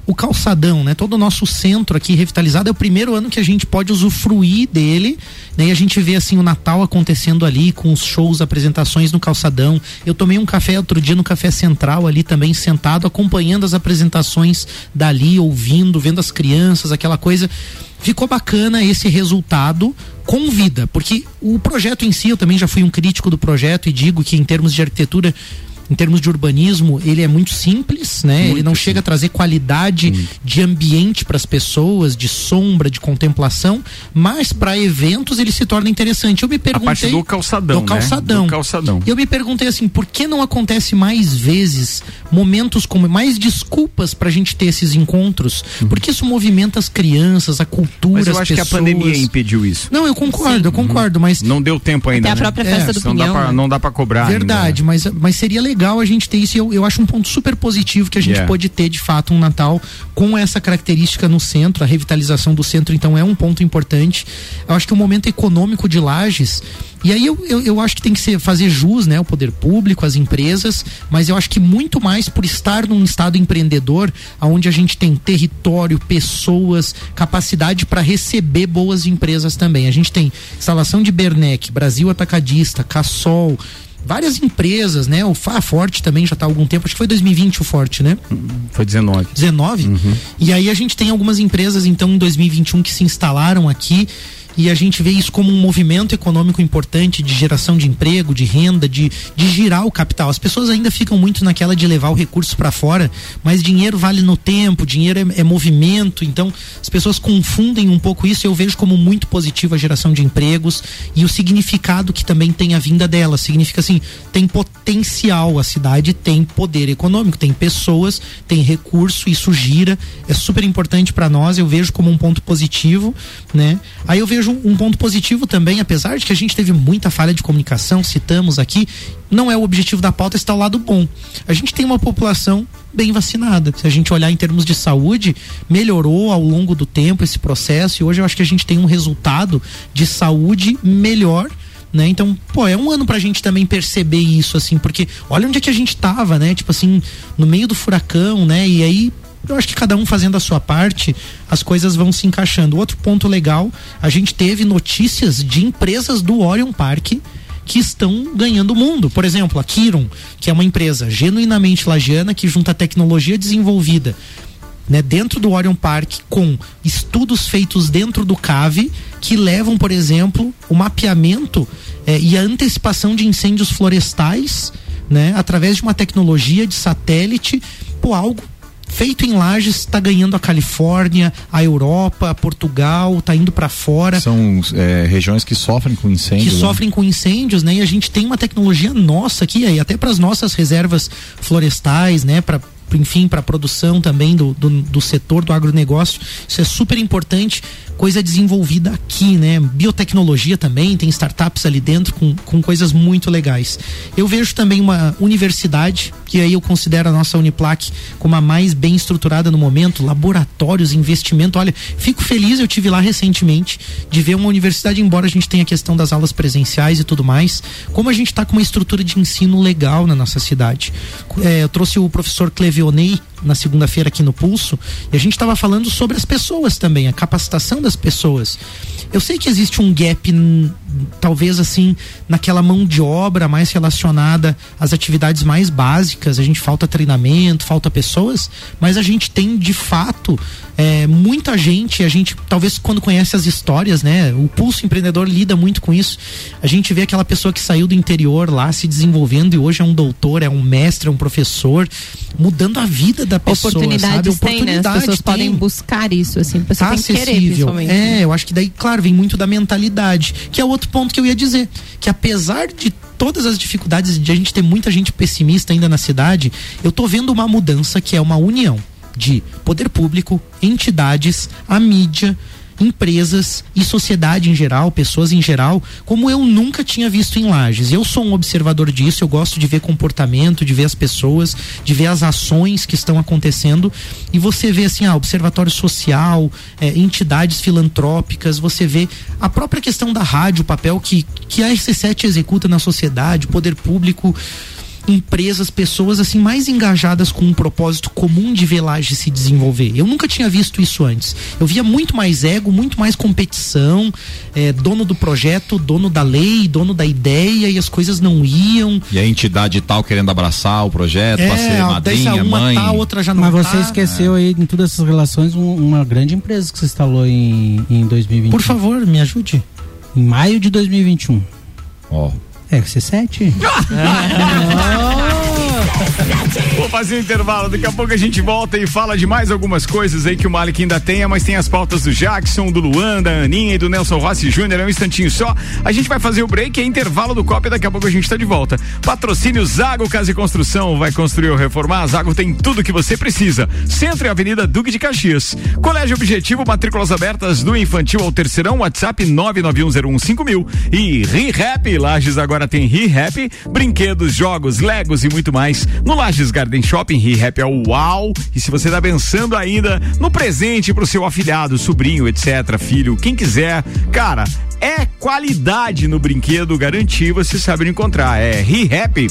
Speaker 7: o calçadão, né? Todo o nosso centro aqui revitalizado, é o primeiro ano que a gente pode usufruir dele, né? E a gente vê assim o Natal acontecendo ali, com os shows, apresentações no calçadão. Eu tomei um café outro dia no Café Central ali também, sentado, acompanhando as apresentações dali, ouvindo, vendo as crianças, aquela coisa. Ficou bacana esse resultado com vida, porque o projeto em si, eu também já fui um crítico do projeto e digo que em termos de arquitetura, em termos de urbanismo, ele é muito simples, né? Muito ele não simples. Chega a trazer qualidade hum. de ambiente para as pessoas, de sombra, de contemplação, mas para eventos ele se torna interessante. Eu me perguntei... A
Speaker 2: parte do calçadão,
Speaker 7: do calçadão.
Speaker 2: Né? Do calçadão.
Speaker 7: Eu me perguntei assim, por que não acontece mais vezes momentos como, mais desculpas pra gente ter esses encontros? Hum. Porque isso movimenta as crianças, a cultura, as pessoas. Mas eu acho
Speaker 2: pessoas. Que a pandemia impediu isso.
Speaker 7: Não, eu concordo, Sim. eu concordo, uhum. mas...
Speaker 2: Não deu tempo ainda,
Speaker 4: Até
Speaker 2: né?
Speaker 4: a própria festa
Speaker 7: é,
Speaker 4: do
Speaker 2: não
Speaker 4: Pinhão.
Speaker 2: Dá pra, não dá pra cobrar
Speaker 7: Verdade,
Speaker 2: ainda.
Speaker 7: mas, mas seria legal a gente ter isso, e eu, eu acho um ponto super positivo que a gente yeah. pode ter de fato um Natal com essa característica no centro. A revitalização do centro então é um ponto importante. Eu acho que o momento econômico de Lages, e aí eu, eu, eu acho que tem que ser, fazer jus, né, o poder público, as empresas, mas eu acho que muito mais por estar num estado empreendedor, onde a gente tem território, pessoas, capacidade para receber boas empresas também. A gente tem instalação de Bernec, Brasil Atacadista, Cassol, várias empresas, né? O Fá Forte também já está há algum tempo, acho que foi dois mil e vinte o Forte, né?
Speaker 2: Foi dezenove.
Speaker 7: dezenove?
Speaker 2: Uhum.
Speaker 7: E aí a gente tem algumas empresas, então, em dois mil e vinte e um que se instalaram aqui, e a gente vê isso como um movimento econômico importante de geração de emprego, de renda, de, de girar o capital. As pessoas ainda ficam muito naquela de levar o recurso para fora, mas dinheiro vale no tempo, dinheiro é, é movimento, então as pessoas confundem um pouco isso. Eu vejo como muito positivo a geração de empregos e o significado que também tem a vinda dela. Significa assim, tem potencial, a cidade tem poder econômico, tem pessoas, tem recurso, isso gira, é super importante para nós. Eu vejo como um ponto positivo, né? Aí eu vejo um ponto positivo também, apesar de que a gente teve muita falha de comunicação, citamos aqui, não é o objetivo da pauta, está o lado bom. A gente tem uma população bem vacinada. Se a gente olhar em termos de saúde, melhorou ao longo do tempo esse processo, e hoje eu acho que a gente tem um resultado de saúde melhor, né? Então, pô, é um ano pra gente também perceber isso, assim, porque olha onde é que a gente tava, né? Tipo assim, no meio do furacão, né? E aí eu acho que cada um fazendo a sua parte, as coisas vão se encaixando. Outro ponto legal, a gente teve notícias de empresas do Orion Park que estão ganhando o mundo. Por exemplo, a Kiron, que é uma empresa genuinamente lagiana, que junta tecnologia desenvolvida, né, dentro do Orion Park, com estudos feitos dentro do CAVE, que levam, por exemplo, o mapeamento eh, e a antecipação de incêndios florestais, né, através de uma tecnologia de satélite, pô, algo feito em Lages, está ganhando a Califórnia, a Europa, Portugal, está indo para fora.
Speaker 8: São é, regiões que sofrem com incêndios.
Speaker 7: Que né? sofrem com incêndios, né? E a gente tem uma tecnologia nossa aqui, aí, até para as nossas reservas florestais, né? Para enfim, para a produção também do, do, do setor do agronegócio. Isso é super importante, coisa desenvolvida aqui, né? Biotecnologia também, tem startups ali dentro com, com coisas muito legais. Eu vejo também uma universidade, que aí eu considero a nossa Uniplac como a mais bem estruturada no momento, laboratórios, investimento. Olha, fico feliz, eu tive lá recentemente, de ver uma universidade, embora a gente tenha a questão das aulas presenciais e tudo mais, como a gente está com uma estrutura de ensino legal na nossa cidade. É, eu trouxe o professor Clevionei na segunda-feira aqui no Pulso, e a gente estava falando sobre as pessoas também, a capacitação das pessoas. Eu sei que existe um gap, talvez assim, naquela mão de obra mais relacionada às atividades mais básicas. A gente falta treinamento, falta pessoas, mas a gente tem de fato é, muita gente. A gente, talvez quando conhece as histórias, né, o Pulso Empreendedor lida muito com isso. A gente vê aquela pessoa que saiu do interior lá se desenvolvendo e hoje é um doutor, é um mestre, é um professor, mudando a vida da pessoa.
Speaker 4: Oportunidades
Speaker 7: sabe?
Speaker 4: tem, né? As pessoas tem. Podem buscar isso, assim, a pessoa
Speaker 7: tá
Speaker 4: tem que querer,
Speaker 7: acessível.
Speaker 4: principalmente.
Speaker 7: É, eu acho que daí, claro, vem muito da mentalidade, que é outro ponto que eu ia dizer, que apesar de todas as dificuldades de a gente ter muita gente pessimista ainda na cidade, eu tô vendo uma mudança que é uma união de poder público, entidades, a mídia, empresas e sociedade em geral, pessoas em geral, como eu nunca tinha visto em Lages. Eu sou um observador disso, eu gosto de ver comportamento, de ver as pessoas, de ver as ações que estão acontecendo, e você vê assim, ah, observatório social, é, entidades filantrópicas, você vê a própria questão da rádio, o papel que, que a R C sete executa na sociedade, o poder público. empresas, pessoas assim mais engajadas com um propósito comum de ver Lages se desenvolver. Eu nunca tinha visto isso antes. Eu via muito mais ego, muito mais competição, é, dono do projeto, dono da lei, dono da ideia, e as coisas não iam.
Speaker 8: E a entidade tal querendo abraçar o projeto,
Speaker 7: é,
Speaker 8: pra ser madrinha,
Speaker 7: uma
Speaker 8: mãe.
Speaker 7: Tá, a outra já não
Speaker 10: Mas
Speaker 7: tá.
Speaker 10: você esqueceu é. aí em todas essas relações um, uma grande empresa que se instalou em, em dois mil e vinte e um.
Speaker 7: Por favor, me ajude.
Speaker 10: Em maio de dois mil e vinte e um.
Speaker 8: Ó. Oh.
Speaker 10: É, C sete?
Speaker 2: Vou fazer um intervalo, daqui a pouco a gente volta e fala de mais algumas coisas aí que o Malik ainda tenha, mas tem as pautas do Jackson, do Luan, da Aninha e do Nelson Rossi Júnior. É um instantinho só. A gente vai fazer o break, é intervalo do Copa e daqui a pouco a gente tá de volta. Patrocínio Zago Casa e Construção. Vai construir ou reformar? A Zago tem tudo que você precisa. Centro e Avenida Duque de Caxias. Colégio Objetivo, matrículas abertas do infantil ao terceirão, WhatsApp nove nove um zero um cinco mil. E ReHap, Lages agora tem ReHap, brinquedos, jogos, legos e muito mais. No Lages Garden Shopping, ReHap é o uau. E se você tá pensando ainda no presente pro seu afilhado, sobrinho, etc, filho, quem quiser, cara, é qualidade no brinquedo, garantir, você sabe encontrar. É ReHap.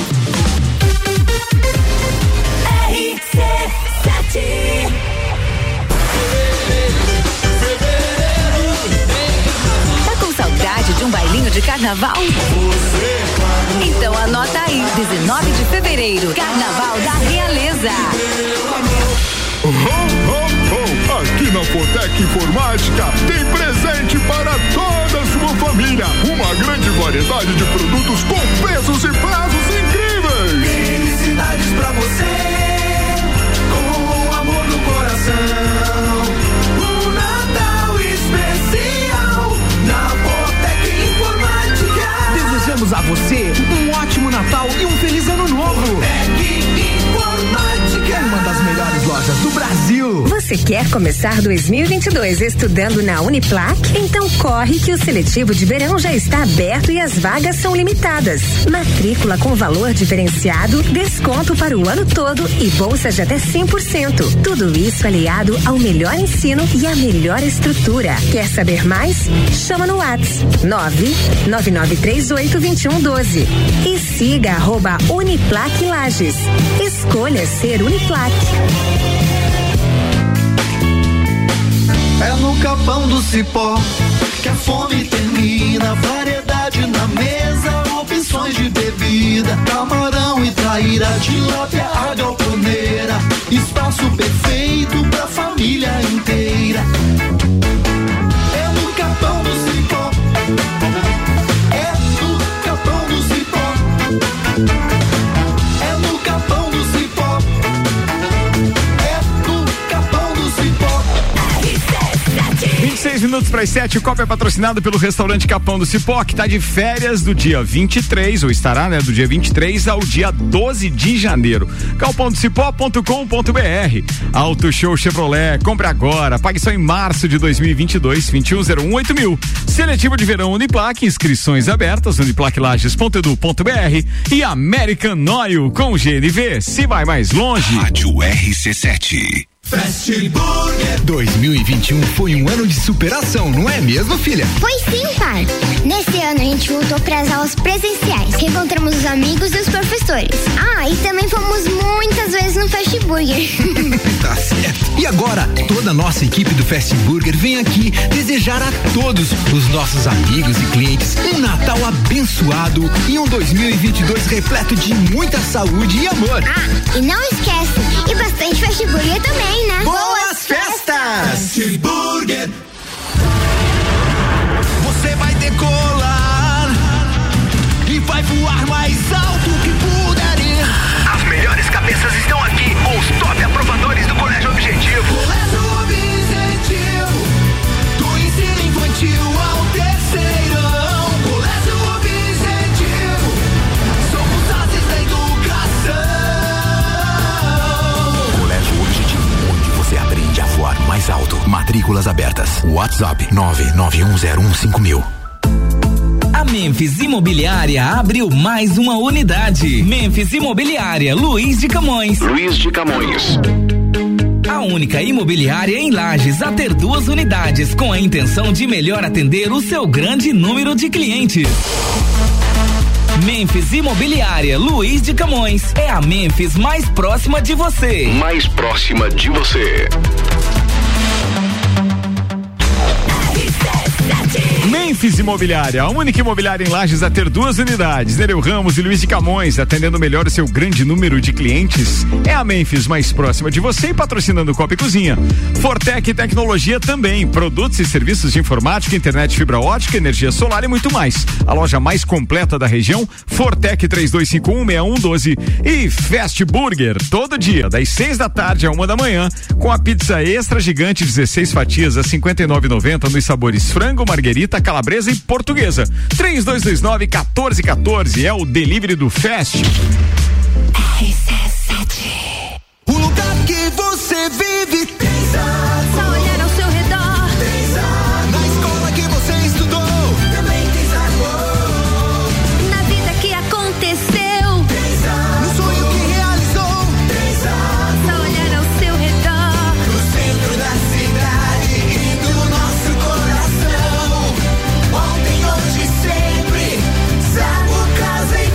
Speaker 1: Tá com saudade de um bailinho de carnaval? Então anota aí, dezenove de fevereiro, Carnaval da Realeza.
Speaker 5: Oh, oh, oh. Aqui na Fortec Informática tem presente para toda a sua família. Uma grande variedade de produtos com preços e prazos incríveis.
Speaker 11: Felicidades pra você, com amor no coração. Um Natal especial na Fortec Informática.
Speaker 12: Desejamos a você um ótimo Natal e um feliz ano novo.
Speaker 11: Fortec Informática,
Speaker 12: uma das melhores lojas do Brasil.
Speaker 13: Você quer começar dois mil e vinte e dois estudando na Uniplac? Então corre que o seletivo de verão já está aberto e as vagas são limitadas. Matrícula com valor diferenciado, desconto para o ano todo e bolsa de até cem por cento. Tudo isso aliado ao melhor ensino e à melhor estrutura. Quer saber mais? Chama no WhatsApp nove nove nove três oito dois um um doze e siga arroba Uniplac Lages. Escolha ser Uniplac.
Speaker 11: É no Capão do Cipó que a fome termina, variedade na mesa, opções de bebida, camarão e traíra, tilápia, a galponeira, espaço perfeito pra família inteira. É no Capão do Cipó, é no Capão do Cipó, é no Capão do Cipó, é no Capão do Cipó.
Speaker 2: vinte e seis minutos para as sete, o Copa é patrocinado pelo restaurante Capão do Cipó, que está de férias do dia vinte e três, ou estará, né, do dia vinte e três ao dia doze de janeiro. capão do cipó ponto com ponto b r. Auto Show Chevrolet, compre agora, pague só em março de dois mil e vinte e dois, vinte e um zero um oito mil. Seletivo de verão Uniplac, inscrições abertas, uniplaclages ponto edu ponto b r. E American Oil com G N V, se vai mais longe.
Speaker 14: Rádio R C sete.
Speaker 11: Fast Burger.
Speaker 14: dois mil e vinte e um foi um ano de superação, não é mesmo, filha?
Speaker 6: Foi sim, pai. Nesse ano a gente voltou para as aulas presenciais, reencontramos os amigos e os professores. Ah, e também fomos muitas vezes no Fast Burger.
Speaker 14: Tá certo. E agora, toda a nossa equipe do Fast Burger vem aqui desejar a todos os nossos amigos e clientes um Natal abençoado e um dois mil e vinte e dois repleto de muita saúde e amor.
Speaker 6: Ah, e não esquece, e bastante Fast Burger também, né?
Speaker 11: Boas festas! Fast Burger. Você vai decolar e vai voar mais alto que puder ir.
Speaker 12: As melhores cabeças estão aqui com os top aprovadores do Colégio Objetivo.
Speaker 11: Colégio Objetivo, do ensino infantil ao terceirão. Colégio Objetivo, somos ases da educação.
Speaker 14: Colégio Objetivo, onde você aprende a voar mais alto. Matrículas abertas. WhatsApp nove nove um zero um cinco mil.
Speaker 15: A Memphis Imobiliária abriu mais uma unidade. Memphis Imobiliária, Luiz de Camões.
Speaker 12: Luiz de Camões.
Speaker 15: A única imobiliária em Lages a ter duas unidades, com a intenção de melhor atender o seu grande número de clientes. Memphis Imobiliária Luiz de Camões. É a Memphis mais próxima de você.
Speaker 12: Mais próxima de você.
Speaker 2: Memphis Imobiliária, a única imobiliária em Lages a ter duas unidades, Nereu Ramos e Luiz de Camões, atendendo melhor o seu grande número de clientes. É a Memphis mais próxima de você e patrocinando Copa e Cozinha. Fortec Tecnologia também, produtos e serviços de informática, internet fibra ótica, energia solar e muito mais. A loja mais completa da região, Fortec três dois cinco um, seis um um doze e Fast Burger, todo dia, das seis da tarde a uma da manhã, com a pizza extra gigante, dezesseis fatias a cinquenta e nove reais e noventa centavos nos sabores frango, marguerita, calabresa e portuguesa. três dois dois nove, um quatro um quatro é o delivery do Fast.
Speaker 11: O lugar que você vive tem
Speaker 1: Só olhar ao seu redor.
Speaker 11: Na escola que você estudou também tem sabor.
Speaker 1: Na vida que aconteceu.
Speaker 11: No sonho que realizou tem
Speaker 1: Só olhar ao seu redor.
Speaker 11: no centro da cidade e do nosso coração. Ontem, hoje, sempre. Zago Casa e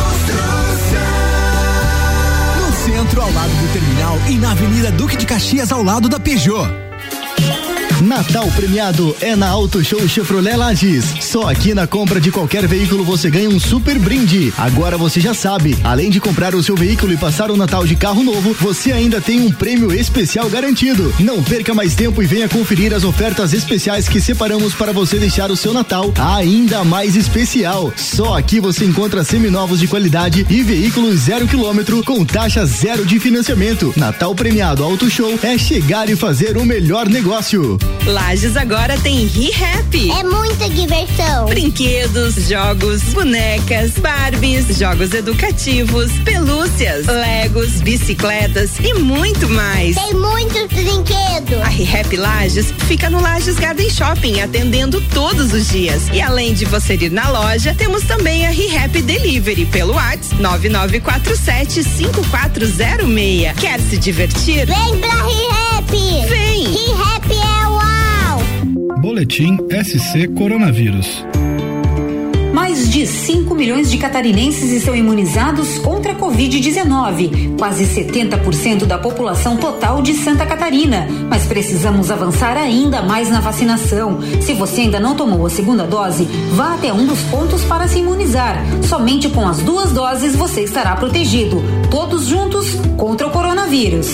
Speaker 11: Construção.
Speaker 14: No centro, ao lado do terminal e na Avenida Duque de Caxias, ao lado da Peugeot.
Speaker 16: Natal premiado é na Auto Show Chevrolet Lages. Só aqui na compra de qualquer veículo você ganha um super brinde. Agora você já sabe, além de comprar o seu veículo e passar o Natal de carro novo, você ainda tem um prêmio especial garantido. Não perca mais tempo e venha conferir as ofertas especiais que separamos para você deixar o seu Natal ainda mais especial. Só aqui você encontra seminovos de qualidade e veículos zero quilômetro com taxa zero de financiamento. Natal premiado Auto Show é chegar e fazer o melhor negócio.
Speaker 17: Lages agora tem ReHap.
Speaker 6: É muita diversão.
Speaker 17: Brinquedos, jogos, bonecas, Barbies, jogos educativos, pelúcias, Legos, bicicletas e muito mais.
Speaker 6: Tem muitos brinquedos.
Speaker 17: A ReHap Lages fica no Lages Garden Shopping, atendendo todos os dias. E além de você ir na loja, temos também a ReHap Delivery pelo WhatsApp nove nove quatro sete cinco quatro zero seis. Quer se divertir?
Speaker 6: Vem pra ReHap.
Speaker 17: Vem.
Speaker 6: ReHap é uau.
Speaker 18: Boletim S C Coronavírus.
Speaker 19: Mais de cinco milhões de catarinenses estão imunizados contra a covid dezenove, quase setenta por cento da população total de Santa Catarina. Mas precisamos avançar ainda mais na vacinação. Se você ainda não tomou a segunda dose, vá até um dos pontos para se imunizar. Somente com as duas doses você estará protegido. Todos juntos contra o coronavírus.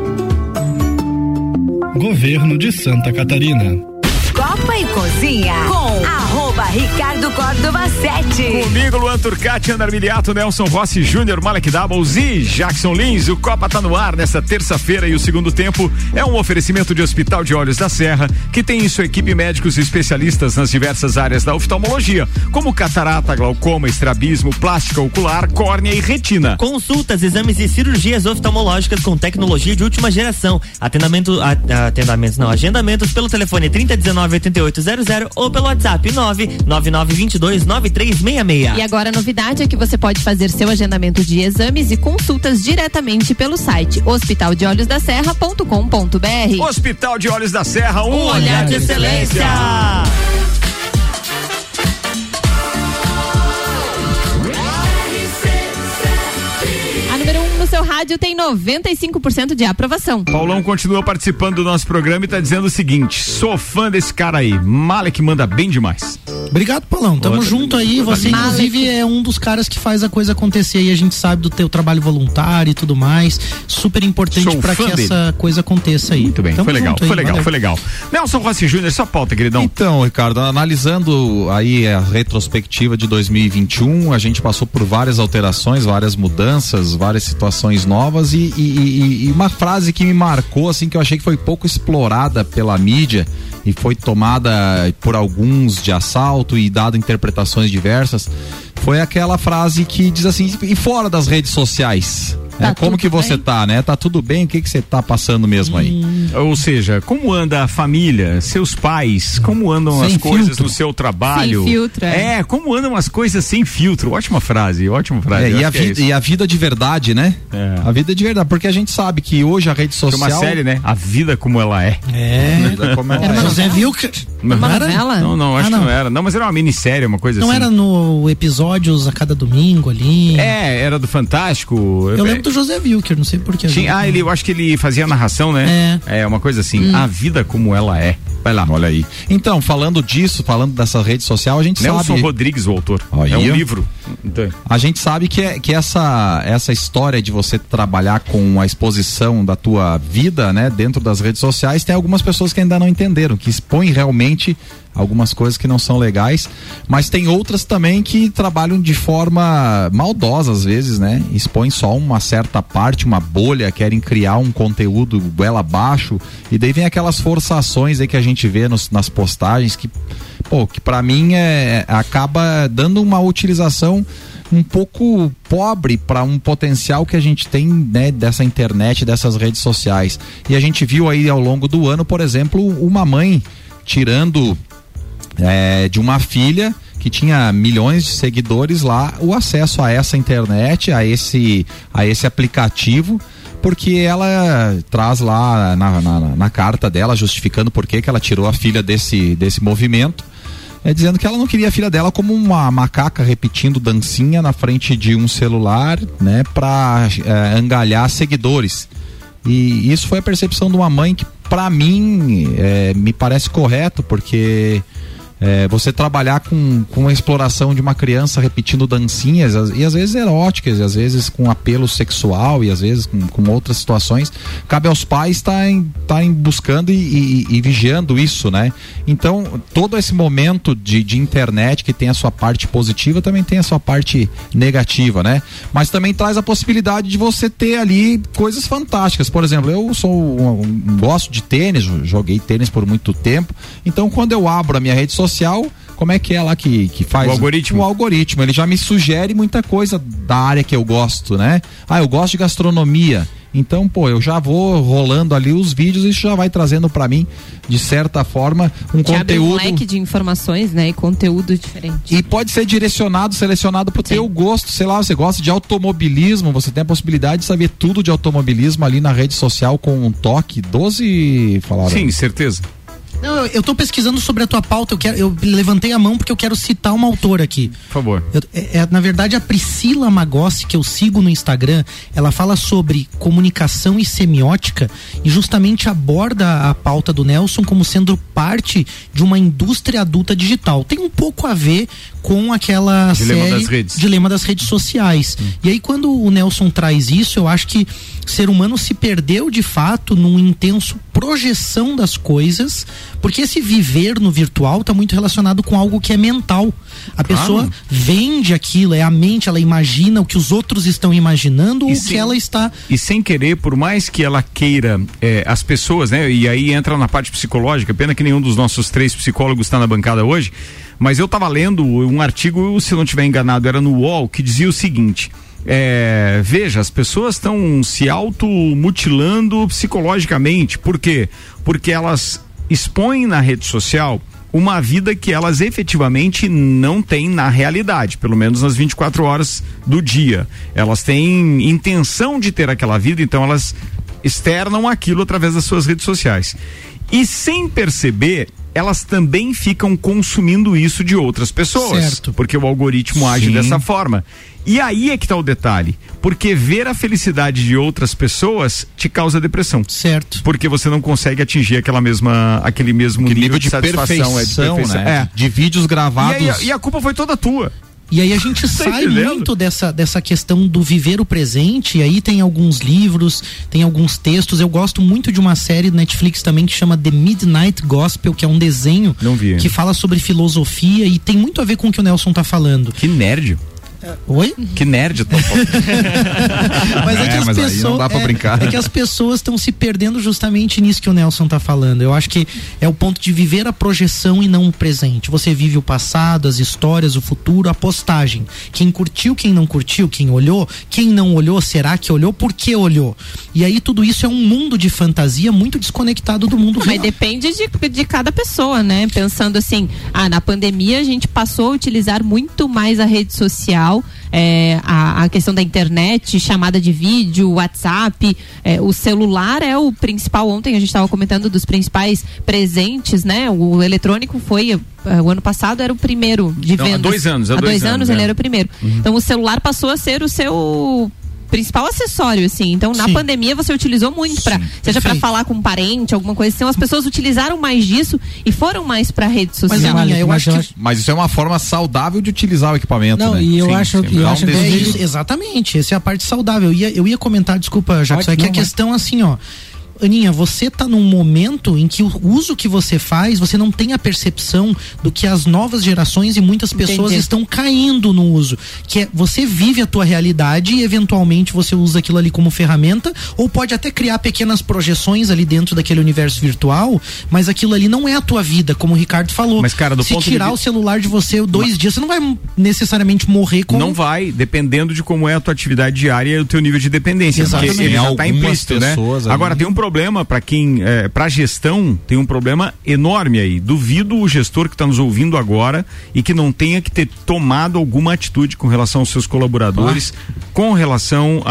Speaker 18: Governo de Santa Catarina.
Speaker 1: Copa e Cozinha com arroba Ricardo Córdova sete.
Speaker 2: Comigo, Luan Turcati, Ana Armiliato, Nelson Rossi Júnior, Malek Doubles e Jackson Lins. O Copa tá no ar nesta terça-feira e o segundo tempo é um oferecimento de Hospital de Olhos da Serra, que tem em sua equipe médicos e especialistas nas diversas áreas da oftalmologia, como catarata, glaucoma, estrabismo, plástica ocular, córnea e retina.
Speaker 3: Consultas, exames e cirurgias oftalmológicas com tecnologia de última geração. Atendimento, a, atendamentos não, agendamentos pelo telefone trinta dezenove oitenta e oito zero zero ou pelo WhatsApp nove nove nove dois dois nove três seis seis.
Speaker 4: E agora a novidade é que você pode fazer seu agendamento de exames e consultas diretamente pelo site hospital de olhos da serra ponto com ponto br.
Speaker 2: Hospital de Olhos da Serra, um,
Speaker 3: um olhar, olhar de excelência.
Speaker 4: Seu rádio tem noventa e cinco por cento de aprovação.
Speaker 2: Paulão continua participando do nosso programa e tá dizendo o seguinte: sou fã desse cara aí, Malek manda bem demais.
Speaker 7: Obrigado, Paulão, tamo Outra. junto aí. Você Malek. inclusive é um dos caras que faz a coisa acontecer e a gente sabe do teu trabalho voluntário e tudo mais, super importante para que dele. essa coisa aconteça aí.
Speaker 2: Muito bem, tamo foi legal, foi aí, legal, valeu. foi legal. Nelson Rossi Júnior, sua pauta, queridão.
Speaker 8: Então, Ricardo, analisando aí a retrospectiva de dois mil e vinte e um, a gente passou por várias alterações, várias mudanças, várias situações novas e, e, e uma frase que me marcou, assim, que eu achei que foi pouco explorada pela mídia e foi tomada por alguns de assalto e dado interpretações diversas, foi aquela frase que diz assim: e fora das redes sociais? Tá, é, como que você bem? tá, né? Tá tudo bem? O que que você tá passando mesmo hum. aí?
Speaker 2: Ou seja, como anda a família, seus pais, como andam sem as filtro. coisas no seu trabalho?
Speaker 4: Sem filtro, é.
Speaker 2: é, como andam as coisas sem filtro? Ótima frase, ótima frase.
Speaker 8: É, e, a vi- é e a vida de verdade, né?
Speaker 2: É.
Speaker 8: A vida de verdade, porque a gente sabe que hoje a rede social...
Speaker 2: Tem uma série, né? A vida como ela é.
Speaker 7: É.
Speaker 8: A vida como ela é.
Speaker 7: José Wilker.
Speaker 2: Não,
Speaker 4: uma
Speaker 2: era?
Speaker 4: novela?
Speaker 2: Não, não, acho
Speaker 7: ah, não.
Speaker 2: que não era. Não, mas era uma minissérie, uma coisa
Speaker 7: não
Speaker 2: assim.
Speaker 7: Não era no episódios a cada domingo ali?
Speaker 2: É, era do Fantástico.
Speaker 7: Eu lembro do José Wilker, não sei porquê.
Speaker 2: Sim, ah, ele, eu acho que ele fazia a narração, né?
Speaker 7: É.
Speaker 2: É, uma coisa assim, hum. A vida como ela é. Vai lá.
Speaker 8: Olha aí. Então, falando disso, falando dessa rede social, a gente
Speaker 2: Nelson
Speaker 8: sabe...
Speaker 2: Nelson Rodrigues, o autor.
Speaker 8: Aí.
Speaker 2: É um livro. Então.
Speaker 8: A gente sabe que, é, que essa, essa história de você trabalhar com a exposição da tua vida, né, dentro das redes sociais, tem algumas pessoas que ainda não entenderam, que expõem realmente algumas coisas que não são legais, mas tem outras também que trabalham de forma maldosa às vezes, né? Expõem só uma certa parte, uma bolha, querem criar um conteúdo goela abaixo, e daí vem aquelas forçações aí que a gente vê nos, nas postagens que, pô, que pra mim é, acaba dando uma utilização um pouco pobre para um potencial que a gente tem, né, dessa internet, dessas redes sociais. E a gente viu aí ao longo do ano, por exemplo, uma mãe tirando É, de uma filha que tinha milhões de seguidores lá, o acesso a essa internet, a esse, a esse aplicativo, porque ela traz lá na, na, na carta dela, justificando por que que ela tirou a filha desse, desse movimento, é, dizendo que ela não queria a filha dela como uma macaca repetindo dancinha na frente de um celular, né, pra é, angariar seguidores. E isso foi a percepção de uma mãe que, pra mim, é, me parece correto, porque É, você trabalhar com, com a exploração de uma criança repetindo dancinhas, e às vezes eróticas, e às vezes com apelo sexual, e às vezes com, com outras situações, cabe aos pais estarem tá buscando e, e, e vigiando isso, né? Então, todo esse momento de, de internet que tem a sua parte positiva, também tem a sua parte negativa, né? Mas também traz a possibilidade de você ter ali coisas fantásticas. Por exemplo, eu sou um, um, gosto de tênis, joguei tênis por muito tempo, então quando eu abro a minha rede social, como é que é lá que, que faz
Speaker 2: o algoritmo?
Speaker 8: O algoritmo, ele já me sugere muita coisa da área que eu gosto, né? Ah, eu gosto de gastronomia, então, pô, eu já vou rolando ali os vídeos e isso já vai trazendo pra mim, de certa forma, um
Speaker 4: que
Speaker 8: conteúdo...
Speaker 4: abre um leque de informações, né? E conteúdo diferente.
Speaker 8: E pode ser direcionado, selecionado pro Sim. teu gosto, sei lá, você gosta de automobilismo, você tem a possibilidade de saber tudo de automobilismo ali na rede social com um toque, doze falaram.
Speaker 2: Sim, certeza.
Speaker 7: Não, eu, eu tô pesquisando sobre a tua pauta, eu, quero, eu levantei a mão porque eu quero citar uma autora aqui.
Speaker 2: Por favor.
Speaker 7: Eu, é, é, na verdade, a Priscila Magossi, que eu sigo no Instagram, ela fala sobre comunicação e semiótica e justamente aborda a pauta do Nelson como sendo parte de uma indústria adulta digital. Tem um pouco a ver com aquela
Speaker 2: Dilema
Speaker 7: série
Speaker 2: das redes.
Speaker 7: Dilema das redes sociais. Hum. E aí, quando o Nelson traz isso, eu acho que o ser humano se perdeu de fato num intenso projeção das coisas, porque esse viver no virtual está muito relacionado com algo que é mental. A pessoa claro. vende aquilo, é a mente, ela imagina o que os outros estão imaginando ou o que ela está...
Speaker 2: E sem querer, por mais que ela queira, é, as pessoas, né? E aí entra na parte psicológica, pena que nenhum dos nossos três psicólogos está na bancada hoje, mas eu estava lendo um artigo, se eu não estiver enganado, era no U O L, que dizia o seguinte... É, veja, as pessoas estão se automutilando psicologicamente. Por quê? Porque elas expõem na rede social uma vida que elas efetivamente não têm na realidade, pelo menos nas vinte e quatro horas do dia. Elas têm intenção de ter aquela vida, então elas externam aquilo através das suas redes sociais. E sem perceber, elas também ficam consumindo isso de outras pessoas.
Speaker 7: Certo.
Speaker 2: Porque o algoritmo Sim. age dessa forma. E aí é que tá o detalhe, porque ver a felicidade de outras pessoas te causa depressão.
Speaker 7: Certo.
Speaker 2: Porque você não consegue atingir aquela mesma, aquele mesmo nível, nível de, de satisfação,
Speaker 8: perfeição,
Speaker 2: é, de perfeição,
Speaker 8: né?
Speaker 2: É.
Speaker 8: De vídeos gravados.
Speaker 2: E, aí, e a culpa foi toda tua.
Speaker 7: E aí a gente sai muito dessa, dessa questão do viver o presente, e aí tem alguns livros, tem alguns textos. Eu gosto muito de uma série do Netflix também que chama The Midnight Gospel, que é um desenho que fala sobre filosofia e tem muito a ver com o que o Nelson tá falando.
Speaker 2: Que nerd.
Speaker 7: Oi?
Speaker 2: Que nerd.
Speaker 7: Mas é que
Speaker 8: é,
Speaker 7: as
Speaker 8: mas
Speaker 7: pessoas,
Speaker 8: não dá pra
Speaker 7: é,
Speaker 8: brincar.
Speaker 7: É que as pessoas estão se perdendo justamente nisso que o Nelson tá falando. Eu acho que é o ponto de viver a projeção e não o presente. Você vive o passado, as histórias, o futuro, a postagem. Quem curtiu, quem não curtiu, quem olhou, quem não olhou, será que olhou, por que olhou? E aí tudo isso é um mundo de fantasia muito desconectado do mundo
Speaker 4: não,
Speaker 7: real.
Speaker 4: Mas depende de, de cada pessoa, né? Pensando assim, ah, na pandemia a gente passou a utilizar muito mais a rede social digital, é, a, a questão da internet, chamada de vídeo, WhatsApp, é, o celular é o principal. Ontem a gente estava comentando dos principais presentes, né? O eletrônico foi, uh, o ano passado era o primeiro de
Speaker 2: Não,
Speaker 4: vendas.
Speaker 2: Há dois anos. Há,
Speaker 4: há dois, dois anos,
Speaker 2: anos
Speaker 4: ele
Speaker 2: é.
Speaker 4: era o primeiro. Uhum. Então o celular passou a ser o seu principal acessório, assim. Então, na Sim. pandemia, você utilizou muito para, seja para falar com um parente, alguma coisa assim. As pessoas utilizaram mais disso e foram mais para rede social.
Speaker 8: Mas,
Speaker 7: Maria, eu
Speaker 8: mas,
Speaker 7: acho
Speaker 8: que... mas isso é uma forma saudável de utilizar o equipamento,
Speaker 10: Não,
Speaker 8: né?
Speaker 10: e eu
Speaker 8: sim,
Speaker 10: acho,
Speaker 8: sim.
Speaker 10: eu acho
Speaker 8: um
Speaker 10: que
Speaker 7: é isso, exatamente, essa é a parte saudável. Eu ia, eu ia comentar, desculpa, Jackson, é que a questão assim, ó. Aninha, você tá num momento em que o uso que você faz, você não tem a percepção do que as novas gerações e muitas pessoas Entendi. estão caindo no uso, que é, você vive a tua realidade e eventualmente você usa aquilo ali como ferramenta, ou pode até criar pequenas projeções ali dentro daquele universo virtual, mas aquilo ali não é a tua vida, como o Ricardo falou.
Speaker 2: Mas, cara, do
Speaker 7: Se
Speaker 2: ponto
Speaker 7: tirar
Speaker 2: de...
Speaker 7: o celular de você dois mas... dias, você não vai necessariamente morrer com...
Speaker 2: Não vai, dependendo de como é a tua atividade diária e o teu nível de dependência.
Speaker 7: Exatamente.
Speaker 2: Porque ele já tá implícito, né?
Speaker 8: Ali...
Speaker 2: Agora, tem um problema para quem, é, para gestão, tem um problema enorme aí. Duvido o gestor que está nos ouvindo agora e que não tenha que ter tomado alguma atitude com relação aos seus colaboradores, ah. com relação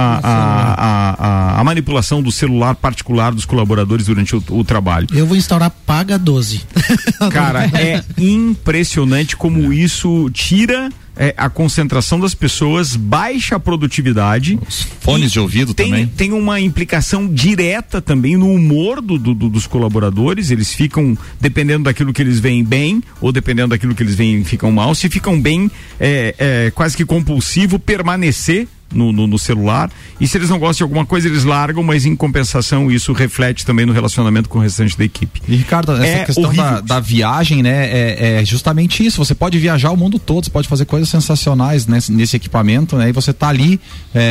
Speaker 2: à manipulação do celular particular dos colaboradores durante o, o trabalho.
Speaker 7: Eu vou instaurar paga doze.
Speaker 2: Cara, é impressionante como isso tira É, a concentração das pessoas, baixa a produtividade.
Speaker 8: Os fones de ouvido
Speaker 2: tem,
Speaker 8: também.
Speaker 2: Tem uma implicação direta também no humor do, do, dos colaboradores. Eles ficam, dependendo daquilo que eles veem bem, ou dependendo daquilo que eles veem, ficam mal. Se ficam bem, é, é quase que compulsivo permanecer No, no, no celular, e se eles não gostam de alguma coisa eles largam, mas em compensação isso reflete também no relacionamento com o restante da equipe.
Speaker 8: E Ricardo, essa é questão da, da viagem, né, é, é justamente isso, você pode viajar o mundo todo, você pode fazer coisas sensacionais nesse, nesse equipamento, né, e você tá ali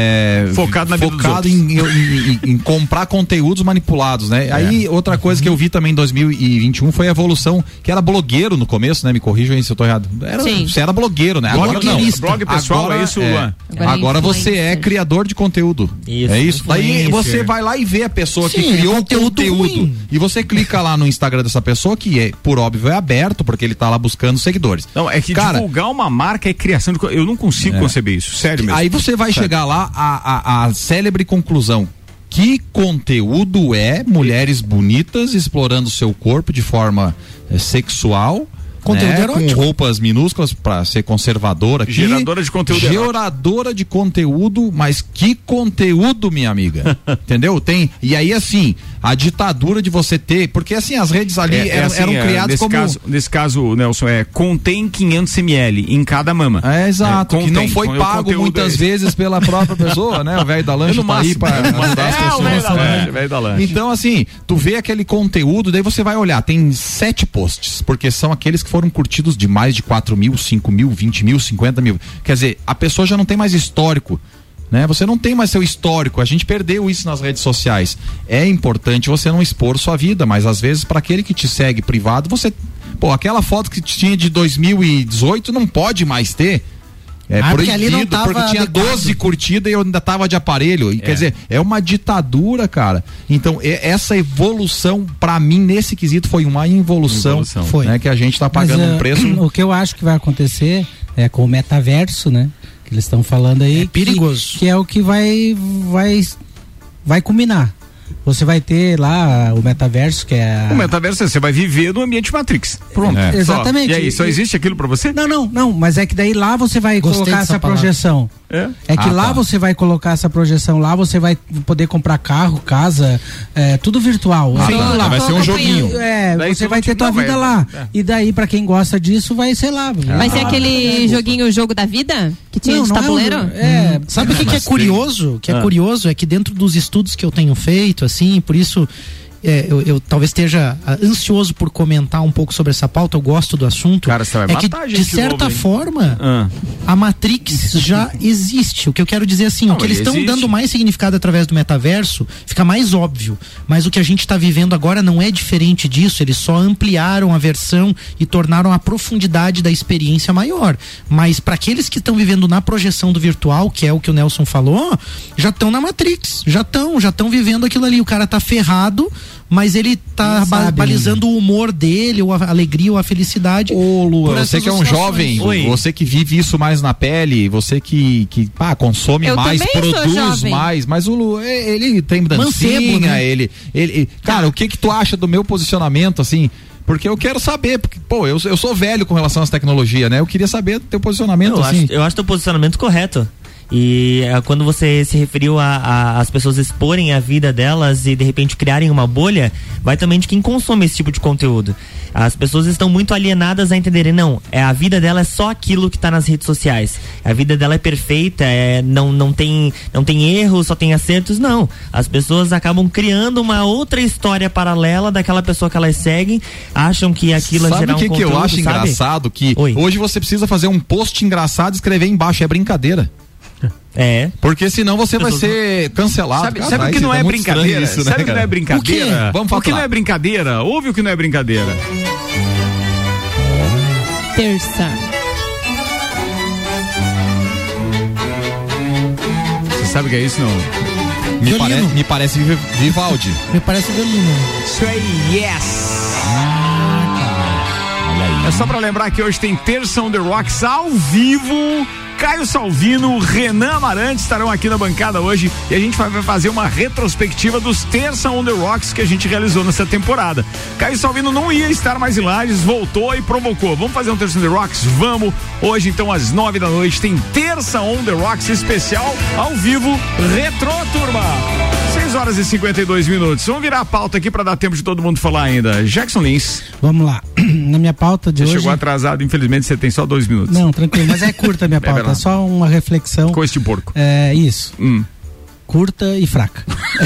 Speaker 8: é,
Speaker 2: focado na
Speaker 8: focado em, em, em, em comprar conteúdos manipulados, né, é. Aí outra coisa que eu vi também em dois mil e vinte e um foi a evolução, que era blogueiro no começo, né, me corrijam aí se eu tô errado, era, você era blogueiro, né,
Speaker 2: blog,
Speaker 8: agora não,
Speaker 2: blog pessoal,
Speaker 8: agora,
Speaker 2: é isso,
Speaker 8: é,
Speaker 2: Luan?
Speaker 8: Agora, agora você é criador de conteúdo. Isso, é isso. Daí você vai lá e vê a pessoa Sim, que criou o conteúdo, conteúdo e você clica lá no Instagram dessa pessoa, que é, por óbvio, é aberto, porque ele tá lá buscando seguidores.
Speaker 2: Não, é que Cara, divulgar uma marca é criação de... Eu não consigo é. conceber isso, sério mesmo.
Speaker 8: Aí você vai sério. chegar lá a, a, a célebre conclusão. Que conteúdo é mulheres bonitas explorando seu corpo de forma é, sexual,
Speaker 7: conteúdo
Speaker 8: né,
Speaker 7: erótico.
Speaker 8: com roupas minúsculas para ser conservadora aqui.
Speaker 2: Geradora de conteúdo
Speaker 8: Geradora de conteúdo, mas que conteúdo, minha amiga. Entendeu? Tem, e aí assim, a ditadura de você ter, porque assim, as redes ali
Speaker 2: é, é
Speaker 8: eram,
Speaker 2: assim,
Speaker 8: eram
Speaker 2: é,
Speaker 8: criadas
Speaker 2: nesse
Speaker 8: como...
Speaker 2: Caso, nesse caso, Nelson, é, contém quinhentos mililitros em cada mama.
Speaker 8: É, exato, é, contém, que não foi pago muitas é vezes pela própria pessoa, né? O velho da lanche tá aí pra ajudar as pessoas. Então assim, tu vê aquele conteúdo, daí você vai olhar, tem sete posts, porque são aqueles que foram curtidos de mais de quatro mil, cinco mil, vinte mil, cinquenta mil. Quer dizer, a pessoa já não tem mais histórico, né? Você não tem mais seu histórico. A gente perdeu isso nas redes sociais. É importante você não expor sua vida, mas às vezes para aquele que te segue privado, você, pô, aquela foto que tinha de dois mil e dezoito não pode mais ter. É ah, proibido, porque, ali não tava porque tinha adequado. doze curtidas e eu ainda tava de aparelho. E, é. Quer dizer, é uma ditadura, cara. Então, e, essa evolução, pra mim, nesse quesito, foi uma involução, involução. Foi. Né, que a gente tá pagando Mas, uh, um preço.
Speaker 10: O que eu acho que vai acontecer é com o metaverso, né? Que eles estão falando aí.
Speaker 7: É perigoso.
Speaker 10: Que, que é o que vai, vai, vai culminar. Você vai ter lá o metaverso, que é...
Speaker 2: A... O metaverso, você vai viver no ambiente Matrix. Pronto.
Speaker 10: É. Exatamente.
Speaker 2: Só. E aí, só existe aquilo pra você?
Speaker 10: Não, não, não, mas é que daí lá você vai Gostei colocar essa palavra. projeção. É, é que ah, lá tá. você vai colocar essa projeção, lá você vai poder comprar carro, casa, é, tudo virtual.
Speaker 8: Ah,
Speaker 10: então,
Speaker 8: tá.
Speaker 10: lá,
Speaker 8: vai ser um joguinho.
Speaker 10: É, daí você vai ter tua vida vai, lá. É. E daí, pra quem gosta disso, vai, sei lá.
Speaker 4: Vai ser aquele é, joguinho, o jogo da vida? Que tinha não, de tabuleiro?
Speaker 7: É, um, é, hum. Sabe o que, que é curioso? O que é ah. curioso é que dentro dos estudos que eu tenho feito, assim, por isso É, eu, eu talvez esteja ansioso por comentar um pouco sobre essa pauta, eu gosto do assunto.
Speaker 2: Cara, você vai
Speaker 7: é
Speaker 2: matar
Speaker 7: que, de certa novo, forma, ah. a Matrix já existe. O que eu quero dizer assim, não, o que eles estão dando mais significado através do metaverso fica mais óbvio. Mas o que a gente está vivendo agora não é diferente disso. Eles só ampliaram a versão e tornaram a profundidade da experiência maior. Mas para aqueles que estão vivendo na projeção do virtual, que é o que o Nelson falou, já estão na Matrix. Já estão, já estão vivendo aquilo ali. O cara tá ferrado, mas ele tá ba- balizando o humor dele, ou a alegria, ou a felicidade.
Speaker 8: Ô, Lua, você que é um jovem, Oi. você que vive isso mais na pele, você que, que pá, consome eu mais, produz mais, mas o Lua, ele tem dancinha, Mancebo, né? ele, ele, cara, tá. o que que tu acha do meu posicionamento, assim? Porque eu quero saber, porque, pô, eu, eu sou velho com relação às tecnologias, né? Eu queria saber do teu posicionamento,
Speaker 3: eu
Speaker 8: assim.
Speaker 3: Acho, eu acho teu posicionamento correto. E é, quando você se referiu a, a as pessoas exporem a vida delas e de repente criarem uma bolha, vai também de quem consome esse tipo de conteúdo. As pessoas estão muito alienadas a entenderem, não, é, a vida dela é só aquilo que está nas redes sociais. A vida dela é perfeita, é, não, não, tem, não tem erros, só tem acertos. Não, as pessoas acabam criando uma outra história paralela daquela pessoa que elas seguem, acham que aquilo
Speaker 8: é
Speaker 3: gerar um
Speaker 8: que
Speaker 3: conteúdo.
Speaker 8: Sabe o que eu acho
Speaker 3: sabe?
Speaker 8: engraçado? Que
Speaker 3: Oi.
Speaker 8: hoje você precisa fazer um post engraçado e escrever embaixo, é brincadeira.
Speaker 3: É.
Speaker 8: Porque senão você vai ser cancelado.
Speaker 2: Sabe, sabe o que não é brincadeira? Isso, né, sabe o que não é brincadeira?
Speaker 8: Vamos falar.
Speaker 2: O que não é brincadeira? Ouve o que não é brincadeira.
Speaker 4: Terça.
Speaker 2: Você sabe o que é isso, não?
Speaker 8: Me, pare, me parece Vivaldi.
Speaker 7: Me parece violino.
Speaker 2: Isso é yes. Ah, olha aí. É só pra lembrar que hoje tem Terça on the Rocks ao vivo. Caio Salvino, Renan Amarante estarão aqui na bancada hoje e a gente vai fazer uma retrospectiva dos Terça on the Rocks que a gente realizou nessa temporada. Caio Salvino não ia estar mais em Lages, voltou e provocou. Vamos fazer um Terça on the Rocks? Vamos! Hoje, então, às nove da noite, tem Terça on the Rocks especial ao vivo, retrô, turma! seis horas e cinquenta e dois minutos. Vamos virar a pauta aqui para dar tempo de todo mundo falar ainda. Jackson Lins.
Speaker 10: Vamos lá. Na minha pauta de
Speaker 2: você
Speaker 10: hoje...
Speaker 2: Você chegou atrasado, infelizmente você tem só dois minutos.
Speaker 10: Não, tranquilo, mas é curta a minha pauta, é, é só uma reflexão.
Speaker 2: Coisa de porco.
Speaker 10: É, isso.
Speaker 2: Hum.
Speaker 10: Curta e fraca.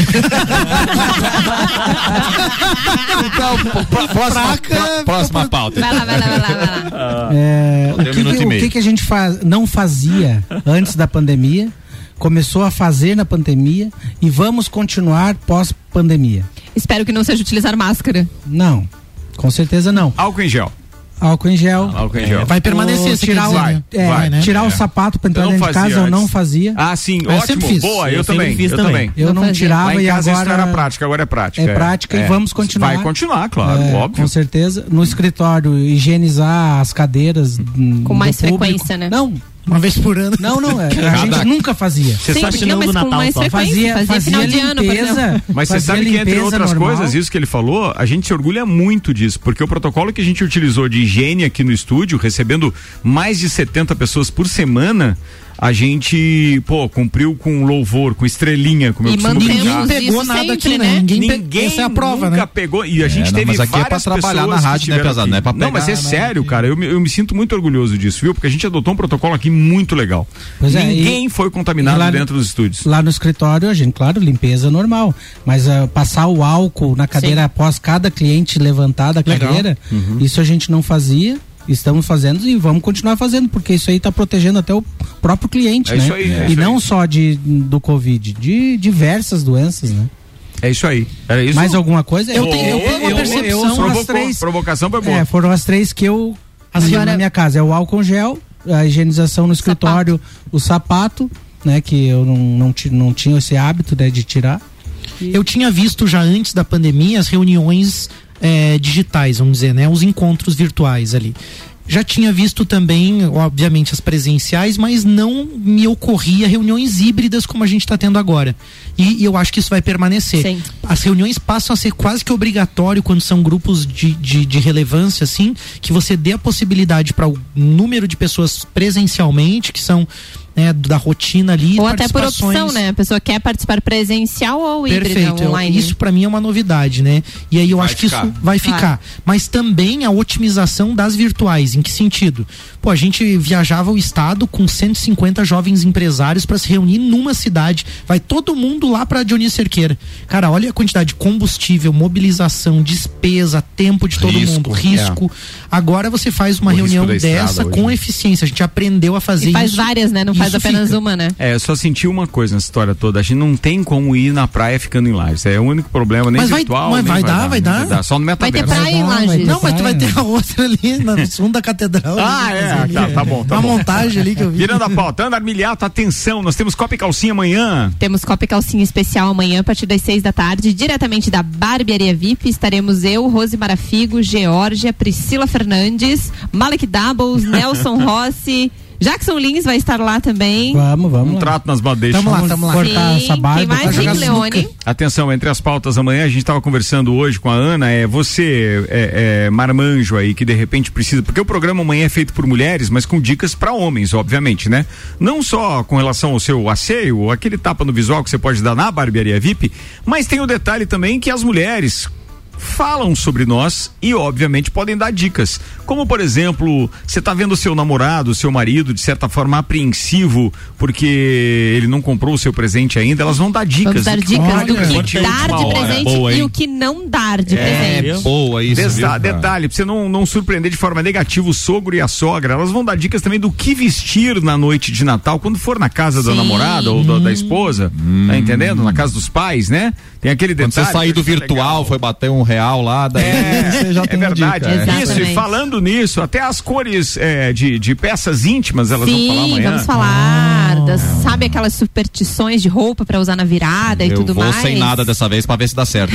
Speaker 8: Então, próxima, fraca, próxima pauta.
Speaker 4: Vai lá, vai lá, vai lá. Vai
Speaker 10: lá. É, o que, um que, o que, que a gente faz, não fazia antes da pandemia, começou a fazer na pandemia e vamos continuar pós-pandemia?
Speaker 4: Espero que não seja utilizar máscara.
Speaker 10: Não, com certeza não.
Speaker 2: Álcool em gel.
Speaker 10: Álcool em gel.
Speaker 2: Álcool em gel.
Speaker 7: É, vai permanecer,
Speaker 10: tirar o,
Speaker 7: vai,
Speaker 10: é,
Speaker 7: vai, né?
Speaker 10: tirar
Speaker 7: é.
Speaker 10: o sapato para entrar dentro de casa, eu não fazia.
Speaker 2: Ah, sim,
Speaker 10: eu
Speaker 2: ótimo, boa, eu, eu também,
Speaker 3: fiz
Speaker 2: eu
Speaker 3: também.
Speaker 2: também.
Speaker 10: Eu não, não tirava.
Speaker 2: Lá em
Speaker 10: e
Speaker 2: casa
Speaker 10: agora
Speaker 2: isso não era prática, agora é prática.
Speaker 10: É prática é. E vamos continuar.
Speaker 2: Vai continuar, claro,
Speaker 10: é,
Speaker 2: óbvio.
Speaker 10: Com certeza. No escritório, higienizar as cadeiras.
Speaker 4: Com mais
Speaker 10: público.
Speaker 4: frequência, né?
Speaker 10: Não.
Speaker 7: Uma vez por ano.
Speaker 10: Não, não, é, a gente nunca fazia.
Speaker 2: Você
Speaker 4: Sim,
Speaker 2: sabe que
Speaker 4: não, mas
Speaker 3: Natal,
Speaker 4: com mais
Speaker 3: só.
Speaker 4: frequência,
Speaker 10: fazia,
Speaker 4: fazia,
Speaker 10: fazia
Speaker 4: final de ano, por exemplo.
Speaker 2: Mas você sabe que, entre outras
Speaker 10: normal.
Speaker 2: coisas, isso que ele falou, a gente se orgulha muito disso, porque o protocolo que a gente utilizou de higiene aqui no estúdio, recebendo mais de setenta pessoas por semana, a gente, pô, cumpriu com louvor, com estrelinha, como eu costumo brincar.
Speaker 7: Ninguém pegou nada
Speaker 4: sempre,
Speaker 7: aqui,
Speaker 4: né?
Speaker 7: né? Ninguém,
Speaker 2: Ninguém
Speaker 7: essa é a prova,
Speaker 2: nunca
Speaker 7: né?
Speaker 2: pegou, e a gente
Speaker 8: é,
Speaker 2: teve
Speaker 8: não, mas aqui
Speaker 2: várias
Speaker 8: é pra trabalhar
Speaker 2: pessoas
Speaker 8: na rádio, né, pesado? Não é pra pegar,
Speaker 2: não, mas é
Speaker 8: né,
Speaker 2: sério,
Speaker 8: que...
Speaker 2: cara, eu, eu me sinto muito orgulhoso disso, viu? Porque a gente adotou um protocolo aqui muito legal.
Speaker 10: Pois é,
Speaker 2: Ninguém
Speaker 10: e,
Speaker 2: foi contaminado
Speaker 10: lá,
Speaker 2: dentro dos estúdios.
Speaker 10: Lá no escritório, a gente, claro, limpeza normal, mas uh, passar o álcool na cadeira Sim. após cada cliente levantar da cadeira, uhum. isso a gente não fazia. Estamos fazendo e vamos continuar fazendo, porque isso aí está protegendo até o próprio cliente,
Speaker 2: é
Speaker 10: né?
Speaker 2: Isso aí, é
Speaker 10: e
Speaker 2: isso
Speaker 10: não
Speaker 2: aí.
Speaker 10: só de, do Covid, de diversas doenças, né?
Speaker 2: É isso aí. Era isso?
Speaker 10: Mais alguma coisa?
Speaker 7: Eu tenho, eu tenho uma
Speaker 10: eu,
Speaker 7: percepção.
Speaker 10: Eu, eu,
Speaker 2: Provocou,
Speaker 10: as três,
Speaker 2: provocação foi boa.
Speaker 10: É, foram as três que eu
Speaker 4: Agora...
Speaker 10: na minha casa. É o álcool gel, a higienização no escritório, sapato. o sapato, né? Que eu não, não, não tinha esse hábito, né, de tirar.
Speaker 7: E... Eu tinha visto já antes da pandemia as reuniões é, digitais, vamos dizer, né? Os encontros virtuais ali. Já tinha visto também, obviamente, as presenciais, mas não me ocorria reuniões híbridas como a gente está tendo agora. E, e eu acho que isso vai permanecer.
Speaker 4: Sim.
Speaker 7: As reuniões passam a ser quase que obrigatório quando são grupos de, de, de relevância, assim, que você dê a possibilidade para o número de pessoas presencialmente, que são né, da rotina ali.
Speaker 4: Ou até por opção, né? A pessoa quer participar presencial ou híbrida,
Speaker 7: Perfeito.
Speaker 4: online.
Speaker 7: Isso para mim é uma novidade, né? E aí eu
Speaker 2: vai
Speaker 7: acho
Speaker 2: ficar.
Speaker 7: que isso vai ficar. Vai. Mas também a otimização das virtuais. Em que sentido? Pô, a gente viajava o estado com cento e cinquenta jovens empresários para se reunir numa cidade. Vai todo mundo lá para Dionísio Cerqueira. Cara, olha a quantidade de combustível, mobilização, despesa, tempo de todo
Speaker 8: risco,
Speaker 7: mundo, risco. É. Agora você faz uma
Speaker 2: o
Speaker 7: reunião dessa com eficiência. A gente aprendeu a fazer
Speaker 4: e faz
Speaker 7: isso.
Speaker 4: várias, né? Não faz Mas apenas fica. uma, né?
Speaker 2: É, eu só senti uma coisa nessa história toda. A gente não tem como ir na praia ficando em Lages. É o único problema, nem
Speaker 7: mas
Speaker 2: virtual.
Speaker 7: Vai, mas
Speaker 2: nem
Speaker 7: vai, vai, dar, vai dar, vai dar.
Speaker 2: Só no metaverso.
Speaker 4: Vai ter praia em Lages.
Speaker 7: Não, mas tu vai ter a outra ali no fundo da catedral.
Speaker 2: Ah, ali, é, tá, tá bom. Tá
Speaker 7: uma
Speaker 2: bom.
Speaker 7: montagem ali que eu vi.
Speaker 2: Virando a pauta, Ana Armiliato, atenção, nós temos Copa e Calcinha amanhã.
Speaker 4: Temos Copa e Calcinha especial amanhã, a partir das seis da tarde, diretamente da Barbearia V I P. Estaremos eu, Rose Marafigo, Geórgia, Priscila Fernandes, Malek Doubles, Nelson Rossi. Jackson Lins vai estar lá também.
Speaker 10: Vamos, vamos.
Speaker 2: Um
Speaker 10: lá.
Speaker 2: trato nas bandeiras.
Speaker 7: Tamo lá, tamo lá.
Speaker 10: Cortar essa barba.
Speaker 4: Tem mais Rick Leone.
Speaker 2: Atenção, entre as pautas amanhã, a gente estava conversando hoje com a Ana, é você, é, é, marmanjo aí, que de repente precisa, porque o programa amanhã é feito por mulheres, mas com dicas para homens, obviamente, né? Não só com relação ao seu asseio, aquele tapa no visual que você pode dar na barbearia V I P, mas tem o detalhe também que as mulheres falam sobre nós e obviamente podem dar dicas, como por exemplo, você tá vendo o seu namorado, o seu marido de certa forma apreensivo porque ele não comprou o seu presente ainda, elas vão dar dicas.
Speaker 4: Vamos dar dicas do que dar de presente boa, e o que não dar de
Speaker 2: é,
Speaker 4: presente.
Speaker 2: Boa isso. Desa- detalhe, pra você não, não surpreender de forma negativa o sogro e a sogra, elas vão dar dicas também do que vestir na noite de Natal, quando for na casa Sim. da namorada ou da, da esposa, hum. tá entendendo? Na casa dos pais, né? Tem aquele detalhe.
Speaker 8: Quando você sair do virtual, legal. Foi bater um real lá, daí
Speaker 2: é,
Speaker 8: você já
Speaker 2: é
Speaker 8: tem
Speaker 2: verdade.
Speaker 8: Dica.
Speaker 2: Isso, e falando nisso, até as cores é, de, de peças íntimas elas
Speaker 4: Sim,
Speaker 2: vão falar amanhã.
Speaker 4: Vamos falar. Oh. Das, sabe aquelas superstições de roupa pra usar na virada
Speaker 8: Eu
Speaker 4: e tudo
Speaker 8: vou
Speaker 4: mais?
Speaker 8: Vou sem nada dessa vez pra ver se dá certo.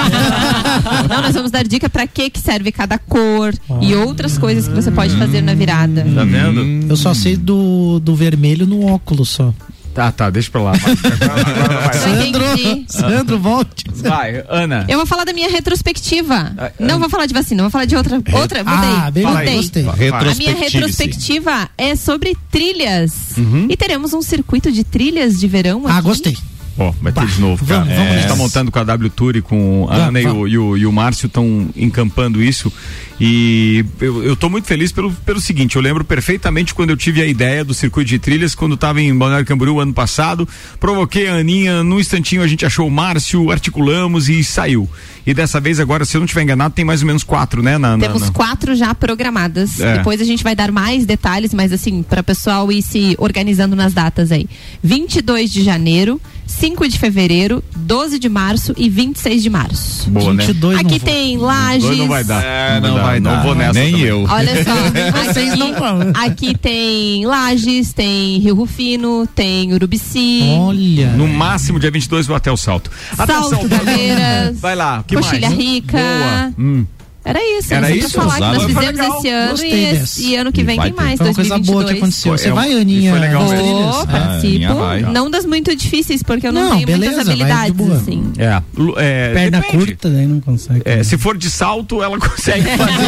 Speaker 4: Não, nós vamos dar dica pra que que serve cada cor oh. e outras coisas que você pode fazer na virada.
Speaker 2: Tá vendo?
Speaker 7: Eu só sei do, do vermelho no óculos só.
Speaker 2: Tá, tá, deixa pra lá.
Speaker 7: Sandro, Sandro, volte.
Speaker 2: Vai, Ana.
Speaker 4: Eu vou falar da minha retrospectiva. Ah, não vou falar de vacina, vou falar de outra. outra mudei.
Speaker 7: Ah, bem,
Speaker 4: mudei.
Speaker 7: Gostei.
Speaker 4: A minha retrospectiva é sobre trilhas. Uhum. E teremos um circuito de trilhas de verão aqui.
Speaker 7: Ah, gostei.
Speaker 2: Ó, oh, vai ter de novo, cara.
Speaker 7: Vamos, vamos
Speaker 2: é, a gente tá montando com a W Tour e com a
Speaker 7: vamos,
Speaker 2: Ana
Speaker 7: vamos.
Speaker 2: E, o, e, o, e o Márcio estão encampando isso. E eu, eu tô muito feliz pelo, pelo seguinte, eu lembro perfeitamente quando eu tive a ideia do circuito de trilhas, quando eu tava em Balneário Camboriú ano passado, provoquei a Aninha, num instantinho a gente achou o Márcio, articulamos e saiu. E dessa vez agora, se eu não estiver enganado, tem mais ou menos quatro, né? Na,
Speaker 4: Temos
Speaker 2: na, na...
Speaker 4: quatro já programadas. É. Depois a gente vai dar mais detalhes, mas assim, para o pessoal ir se organizando nas datas aí. vinte e dois de janeiro, cinco de fevereiro, doze de março e vinte e seis de março.
Speaker 2: Boa,
Speaker 7: vinte e dois
Speaker 4: né? Aqui tem Lages.
Speaker 2: Não vai dar.
Speaker 8: É, não, não vai dar.
Speaker 2: Não vou nessa.
Speaker 8: Nem
Speaker 2: também.
Speaker 8: eu.
Speaker 4: Olha só. Aqui, aqui tem Lages, tem Rio Rufino, tem Urubici.
Speaker 7: Olha.
Speaker 2: No máximo, dia vinte e dois, vou até o Salto.
Speaker 4: Salto Palmeiras.
Speaker 2: Vai lá. Que
Speaker 4: Coxilha
Speaker 2: mais?
Speaker 4: Rica.
Speaker 2: Boa. Hum.
Speaker 4: Era isso,
Speaker 2: era
Speaker 4: isso?
Speaker 2: Pra
Speaker 4: falar que nós fizemos
Speaker 2: legal.
Speaker 4: esse ano
Speaker 7: Gostei
Speaker 4: e, esse,
Speaker 7: dessa.
Speaker 4: e ano que vem tem mais,
Speaker 7: foi uma
Speaker 4: dois mil e vinte e dois.
Speaker 7: coisa boa que aconteceu. Você
Speaker 2: é,
Speaker 7: vai, Aninha?
Speaker 2: foi legal.
Speaker 4: Vou, participo. Não das muito difíceis, porque eu não, não tenho
Speaker 7: beleza,
Speaker 4: muitas habilidades, assim.
Speaker 2: É, é,
Speaker 10: Perna
Speaker 2: depende.
Speaker 10: curta, daí não consegue.
Speaker 2: É, se for de salto, ela consegue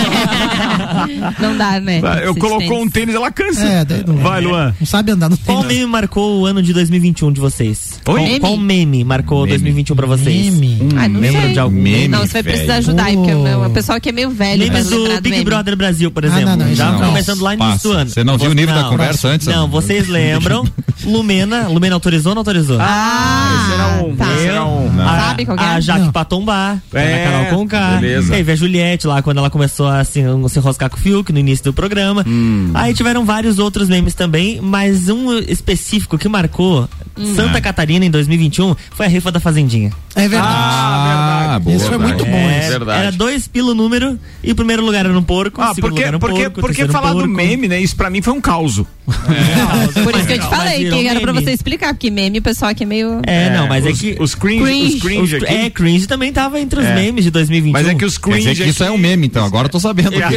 Speaker 2: fazer.
Speaker 4: Não dá, né?
Speaker 2: Eu colocou um tênis, ela cansa.
Speaker 7: É, daí não
Speaker 2: vai, Luan.
Speaker 7: Não sabe andar no tênis.
Speaker 3: Qual meme marcou o ano de dois mil e vinte e um de vocês?
Speaker 2: Oi?
Speaker 3: Qual,
Speaker 4: Meme?
Speaker 3: qual meme marcou
Speaker 2: Meme.
Speaker 3: dois mil e vinte e um pra vocês?
Speaker 7: Meme.
Speaker 3: Hum,
Speaker 4: Ah, não
Speaker 3: lembra
Speaker 4: sei.
Speaker 3: de algum
Speaker 8: Meme,
Speaker 4: Não, você vai precisar
Speaker 8: velho.
Speaker 4: ajudar aí, porque
Speaker 7: Oh.
Speaker 4: o pessoal que é meio velho.
Speaker 3: Memes
Speaker 4: pra lembrar
Speaker 3: do
Speaker 4: do
Speaker 3: Big
Speaker 4: meme.
Speaker 3: Brother Brasil, por
Speaker 7: Ah,
Speaker 3: exemplo.
Speaker 7: não, não,
Speaker 3: já
Speaker 7: não.
Speaker 3: começando lá no início do ano.
Speaker 8: Você não viu o nível
Speaker 3: não,
Speaker 8: da conversa antes?
Speaker 3: Não, vocês lembram? Lumena. Lumena autorizou ou não autorizou?
Speaker 4: Ah,
Speaker 2: esse era um.
Speaker 4: tá.
Speaker 2: Esse era um.
Speaker 8: Não.
Speaker 3: A,
Speaker 4: Sabe qual que é?
Speaker 3: a Jaque
Speaker 7: Não.
Speaker 3: Patombar,
Speaker 2: É,
Speaker 3: a Carol Conká.
Speaker 2: beleza.
Speaker 3: Teve a Juliette lá, quando ela começou a assim, se enroscar com o Fiuk no início do programa.
Speaker 2: Hum.
Speaker 3: Aí tiveram vários outros memes também, mas um específico que marcou
Speaker 4: Hum.
Speaker 3: Santa Catarina em dois mil e vinte e um foi a rifa da Fazendinha.
Speaker 7: É verdade.
Speaker 2: Ah, verdade.
Speaker 8: boa,
Speaker 7: Isso foi muito bom.
Speaker 3: É,
Speaker 7: isso.
Speaker 2: verdade.
Speaker 3: Era dois pelo número e o primeiro lugar era um porco,
Speaker 2: Ah,
Speaker 3: o segundo
Speaker 2: porque,
Speaker 3: lugar era um
Speaker 2: porque,
Speaker 3: porco, o
Speaker 2: porque
Speaker 3: terceiro um
Speaker 2: falar do
Speaker 3: porco.
Speaker 2: meme, né? Isso pra mim foi um caos.
Speaker 4: Por isso que eu te
Speaker 3: Mas
Speaker 4: falei,
Speaker 3: virou
Speaker 4: que era pra
Speaker 3: meme.
Speaker 4: você explicar, porque meme o pessoal aqui é meio...
Speaker 3: É, não, mas
Speaker 2: os,
Speaker 3: é que...
Speaker 2: Os cringe,
Speaker 4: Cringe.
Speaker 2: os cringe
Speaker 3: os-
Speaker 2: aqui.
Speaker 3: é, cringe também tava entre os
Speaker 2: É.
Speaker 3: memes de dois mil e vinte e um.
Speaker 2: Mas é que os
Speaker 8: Quer
Speaker 2: cringe
Speaker 8: dizer que isso
Speaker 2: aqui-
Speaker 8: é um meme, então. Agora eu tô sabendo.
Speaker 2: É.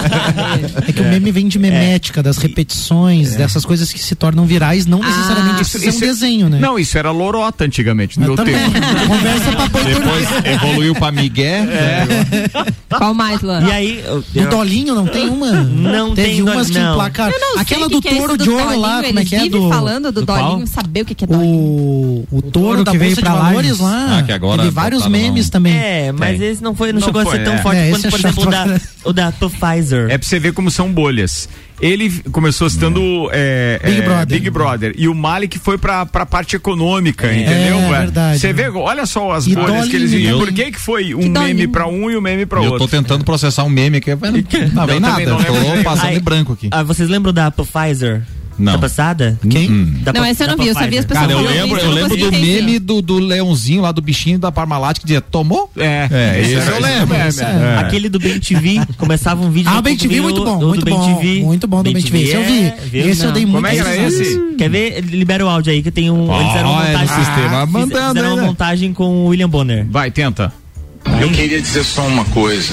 Speaker 7: É que o meme vem de memética, das repetições, dessas coisas que se tornam virais, não necessariamente
Speaker 2: Isso-
Speaker 7: isso,
Speaker 2: isso
Speaker 7: é um
Speaker 2: é-
Speaker 7: desenho, né?
Speaker 2: Não, isso era lorota antigamente, no
Speaker 7: Eu
Speaker 2: meu
Speaker 7: também.
Speaker 2: tempo.
Speaker 7: Conversa pra boi
Speaker 8: Depois evoluiu pra Miguel.
Speaker 4: Qual mais, Luan?
Speaker 3: E aí... eu-
Speaker 7: Do Dolinho não tem uma?
Speaker 3: Não
Speaker 7: Teve
Speaker 3: tem
Speaker 7: umas
Speaker 3: do-
Speaker 7: que
Speaker 3: não.
Speaker 7: emplacaram.
Speaker 4: Eu não
Speaker 7: Aquela
Speaker 4: sei
Speaker 7: do
Speaker 4: o que que é
Speaker 7: touro
Speaker 4: esse
Speaker 7: de
Speaker 4: do
Speaker 7: ouro lá,
Speaker 4: Dolinho,
Speaker 7: como é
Speaker 4: eles
Speaker 7: que é?
Speaker 4: vivem
Speaker 7: Do,
Speaker 4: falando do,
Speaker 3: do
Speaker 4: Dolinho,
Speaker 3: qual?
Speaker 4: saber o que que é Dolinho.
Speaker 7: o, o touro
Speaker 10: touro
Speaker 7: da
Speaker 10: que veio
Speaker 7: Bolsa de
Speaker 10: pra
Speaker 7: Valores
Speaker 10: Lages.
Speaker 7: lá.
Speaker 8: Ah, que agora
Speaker 7: Teve vários
Speaker 8: botaram
Speaker 7: memes
Speaker 8: um-
Speaker 7: também.
Speaker 3: É, mas
Speaker 2: Tem.
Speaker 3: esse não foi, não,
Speaker 2: Não
Speaker 3: chegou
Speaker 2: foi,
Speaker 3: a ser tão
Speaker 2: é.
Speaker 3: forte
Speaker 7: É,
Speaker 3: quanto,
Speaker 7: esse é
Speaker 3: por
Speaker 7: chato
Speaker 3: exemplo, o
Speaker 7: pra
Speaker 3: da,
Speaker 7: caralho.
Speaker 3: o da Pfizer.
Speaker 2: É pra você ver como são bolhas. Ele começou citando é,
Speaker 7: Big
Speaker 2: é,
Speaker 7: Brother.
Speaker 2: Big Brother. E o Malik foi pra, pra parte econômica,
Speaker 7: É,
Speaker 2: entendeu?
Speaker 7: é verdade.
Speaker 2: Você vê, olha só as
Speaker 7: E
Speaker 2: bolhas que eles
Speaker 7: Dolinho.
Speaker 2: iam. Por que que foi um
Speaker 4: Que
Speaker 2: meme
Speaker 4: Dolinho.
Speaker 2: pra um e um meme pra
Speaker 8: Eu
Speaker 2: outro?
Speaker 8: tô tentando processar um meme que não vem
Speaker 2: Eu
Speaker 8: nada.
Speaker 2: também não lembro
Speaker 8: Tô
Speaker 2: direito.
Speaker 8: passando
Speaker 3: Aí-
Speaker 8: em branco aqui.
Speaker 3: Ah, vocês lembram da Pfizer?
Speaker 8: Não.
Speaker 3: Da passada?
Speaker 8: Quem? Hum.
Speaker 4: Da não, essa eu não vi, eu só vi as pessoas.
Speaker 8: Cara, eu lembro, eu lembro do meme do, do leãozinho lá do bichinho da Parmalat que dizia, tomou?
Speaker 2: É,
Speaker 8: é esse eu lembro. É,
Speaker 3: é. Aquele do Ben T V, começava um vídeo.
Speaker 7: Ah, o Ben T V muito bom, muito bom. Muito bom do Ben T V. Esse eu vi. Esse eu dei muito.
Speaker 2: Como é que era esse?
Speaker 3: Quer ver? Libera o áudio aí que tem um. Eles fizeram uma montagem.
Speaker 8: Sistema mandando,
Speaker 3: fizeram uma montagem com o William Bonner.
Speaker 2: Vai, tenta.
Speaker 20: Eu queria dizer só uma coisa.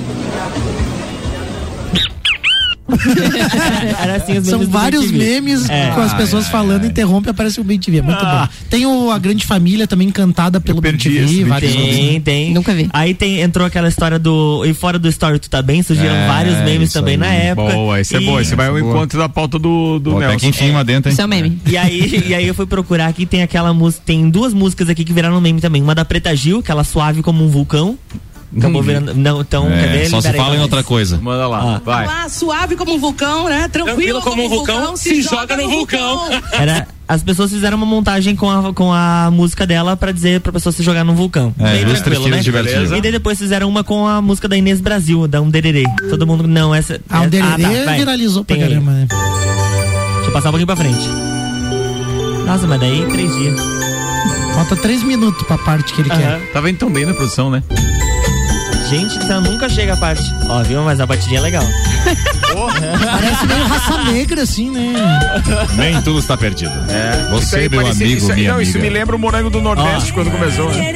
Speaker 3: Era assim, os
Speaker 7: São vários memes
Speaker 3: é.
Speaker 7: com as pessoas ah, falando, é. interrompe e aparece o Ben T V. É muito ah. bom. Tem o A Grande Família também encantada pelo Ben T V.
Speaker 3: Vários tem,
Speaker 7: nomes.
Speaker 3: tem.
Speaker 4: Nunca vi.
Speaker 3: Aí tem, entrou aquela história do. E fora do Story Tu Tá Bem, surgiram é, vários memes também aí. Na época.
Speaker 2: Boa, esse e... é bom. Esse vai ao encontro da pauta do, do Nelson.
Speaker 8: Até que enfim, lá dentro, hein?
Speaker 4: Isso é um meme.
Speaker 3: E aí, e aí eu fui procurar aqui, tem aquela música. Tem duas músicas aqui que viraram meme também. Uma da Preta Gil, aquela suave como um vulcão. Acabou virando. Não, então,
Speaker 8: é,
Speaker 3: quer ver?
Speaker 8: Só se fala em outra coisa.
Speaker 2: Manda lá, ah. vai.
Speaker 21: Lá, suave como um vulcão, né? Tranquilo, Tranquilo como, como um vulcão, vulcão se, se joga, joga no vulcão. vulcão.
Speaker 3: Era, as pessoas fizeram uma montagem com a, com a música dela pra dizer pra pessoa se jogar num vulcão.
Speaker 8: É, bem tranquilo, né? Divertido.
Speaker 3: E daí depois fizeram uma com a música da Inês Brasil, da Um Dererê. Todo mundo, não, essa.
Speaker 7: Ah,
Speaker 3: é,
Speaker 7: Um Dererê ah, tá, viralizou pra caramba, né?
Speaker 3: Deixa eu passar um pouquinho pra frente. Nossa, mas daí três dias.
Speaker 7: Falta três minutos pra parte que ele uh-huh. quer.
Speaker 2: Tava indo tão bem na produção, né?
Speaker 3: Gente, então nunca chega a parte. Ó, viu? Mas a batidinha é legal.
Speaker 7: Parece meio Raça Negra, assim, né?
Speaker 8: Nem tudo está perdido.
Speaker 2: É.
Speaker 8: Você,
Speaker 2: aí,
Speaker 8: meu
Speaker 2: parece,
Speaker 8: amigo,
Speaker 2: isso,
Speaker 8: minha
Speaker 2: não,
Speaker 8: amiga.
Speaker 2: Isso me lembra o Morango do Nordeste, oh. quando começou, né?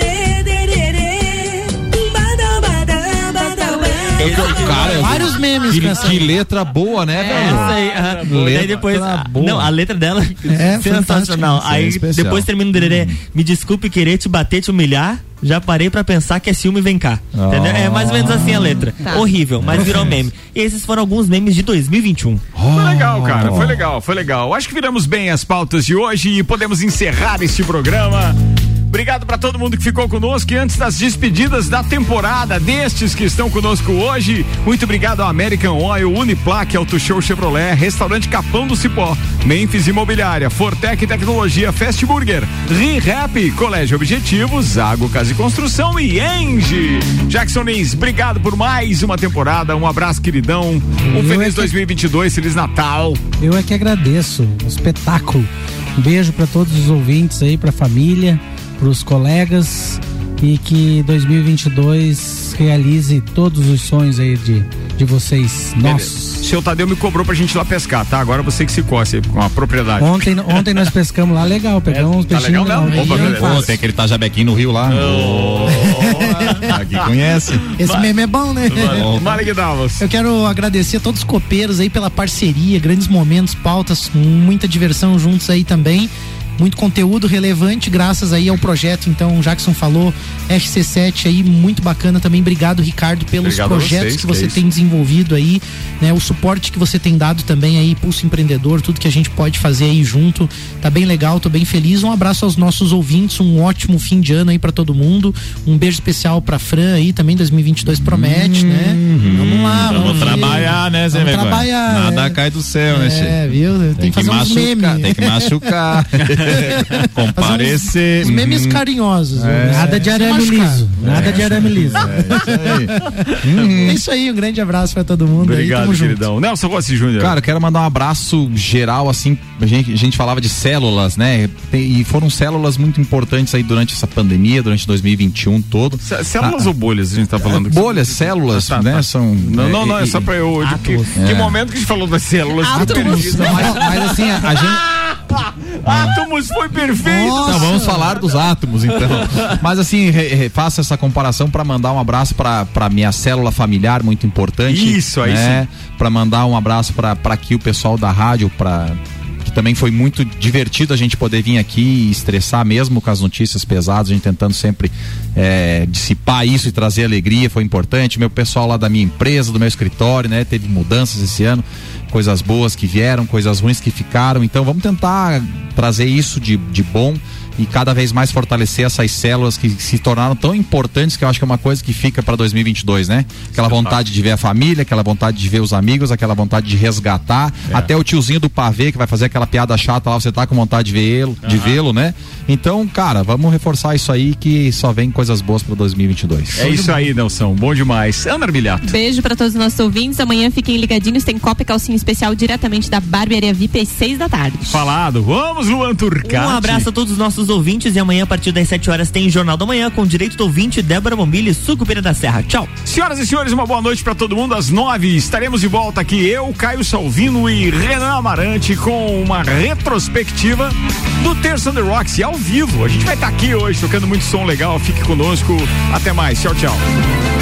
Speaker 8: Cara,
Speaker 7: vários memes.
Speaker 8: Que, que letra boa, né,
Speaker 3: é,
Speaker 8: velho?
Speaker 3: Essa aí, uh, letra aí depois, a, não, a letra dela é sensacional. Aí é depois termina o dererê. Hum. Me desculpe querer te bater, te humilhar. Já parei pra pensar que é ciúme, vem cá. Oh. Entendeu? É mais ou menos assim a letra. Tá. Horrível, mas virou meme. E esses foram alguns memes de dois mil e vinte e um.
Speaker 2: Oh. Foi legal, cara. Foi legal, foi legal. Acho que viramos bem as pautas de hoje e podemos encerrar este programa. Obrigado para todo mundo que ficou conosco e antes das despedidas da temporada, destes que estão conosco hoje, muito obrigado ao American Oil, Uniplac, Auto Show Chevrolet, Restaurante Capão do Cipó, Memphis Imobiliária, Fortec Tecnologia, Fast Burger, ReHap, Colégio Objetivos, Zago Casa e Construção e Engie. Jackson Lins, obrigado por mais uma temporada, um abraço, queridão, um Eu feliz é que... dois mil e vinte e dois, Feliz Natal.
Speaker 10: Eu é que agradeço, um espetáculo. Um beijo para todos os ouvintes aí, pra família, pros colegas e que dois mil e vinte e dois realize todos os sonhos aí de, de vocês, nossos.
Speaker 2: Seu Tadeu me cobrou pra gente ir lá pescar, tá? Agora você que se coce com a propriedade.
Speaker 10: Ontem, ontem nós pescamos lá, legal, pegamos é, uns peixinhos.
Speaker 2: Tá legal,
Speaker 8: não? Tem aquele Tajabequinho no rio lá. Oh. Aqui conhece.
Speaker 7: Esse Mas, meme é bom, né?
Speaker 2: Malik Davos.
Speaker 7: Eu quero agradecer a todos os copeiros aí pela parceria, grandes momentos, pautas, muita diversão juntos aí também. Muito conteúdo relevante graças aí ao projeto, então o Jackson falou, R C sete aí, muito bacana também, obrigado Ricardo pelos obrigado projetos vocês, que você que é tem desenvolvido aí, né, o suporte que você tem dado também aí, Pulso Empreendedor, tudo que a gente pode fazer aí junto, tá bem legal, tô bem feliz, um abraço aos nossos ouvintes, um ótimo fim de ano aí pra todo mundo, um beijo especial pra Fran aí, também dois mil e vinte e dois promete, hum, né, hum, vamos lá,
Speaker 8: vamos, vamos trabalhar, né, Zé?
Speaker 7: Vamos trabalhar.
Speaker 8: Nada é, cai do céu, né, Che?
Speaker 7: É, viu, tem, tem que fazer uns memes.
Speaker 8: Tem que machucar. Comparecer.
Speaker 7: Os memes carinhosos.
Speaker 10: É. Nada de arame liso. Nada é. de arame liso.
Speaker 7: É, é isso aí, um grande abraço pra todo mundo.
Speaker 2: Obrigado,
Speaker 7: aí,
Speaker 2: queridão. Nelson Rossi Júnior.
Speaker 8: Cara, quero mandar um abraço geral, assim, a gente, a gente falava de células, né? E foram células muito importantes aí durante essa pandemia, durante dois mil e vinte e um todo.
Speaker 2: C- células ah, ou bolhas a gente tá falando?
Speaker 8: Bolhas, células, ah, tá, né? Tá. São,
Speaker 2: não, não, não, é, é só pra eu. De que, que momento que a gente falou das células?
Speaker 8: Átomos. Mas, mas assim, a, a gente.
Speaker 2: Átomos foi perfeito.
Speaker 8: Então, vamos falar dos átomos, então. Mas assim, re, re, faço essa comparação para mandar um abraço para para minha célula familiar, muito importante.
Speaker 2: Isso aí,
Speaker 8: né? Para mandar um abraço para para aqui o pessoal da rádio, para que também foi muito divertido a gente poder vir aqui e estressar mesmo com as notícias pesadas, a gente tentando sempre é, dissipar isso e trazer alegria, foi importante. Meu pessoal lá da minha empresa, do meu escritório, né? Teve mudanças esse ano, coisas boas que vieram, coisas ruins que ficaram, então vamos tentar trazer isso de, de bom e cada vez mais fortalecer essas células que se tornaram tão importantes, que eu acho que é uma coisa que fica para dois mil e vinte e dois, né? Aquela vontade de ver a família, aquela vontade de ver os amigos, aquela vontade de resgatar, é. até o tiozinho do pavê que vai fazer aquela piada chata lá, você tá com vontade de vê-lo, de vê-lo, né? Então, cara, vamos reforçar isso aí que só vem coisas boas para dois mil e vinte e dois.
Speaker 2: É isso aí, Nelson, bom demais. Ana Armiliato.
Speaker 4: Beijo para todos os nossos ouvintes, amanhã fiquem ligadinhos, tem Copa e Calcinha Especial diretamente da Barbearia V I P às seis da tarde.
Speaker 2: Falado, vamos Luan Turcati.
Speaker 3: Um abraço a todos os nossos ouvintes e amanhã a partir das sete horas tem Jornal da Manhã com direito do ouvinte Débora Bombilho e Sucupira da Serra. Tchau.
Speaker 2: Senhoras e senhores, uma boa noite para todo mundo. Às nove estaremos de volta aqui, eu, Caio Salvino e Renan Amarante com uma retrospectiva do Terça The Rocks ao vivo. A gente vai estar aqui hoje tocando muito som legal. Fique conosco. Até mais. Tchau, tchau.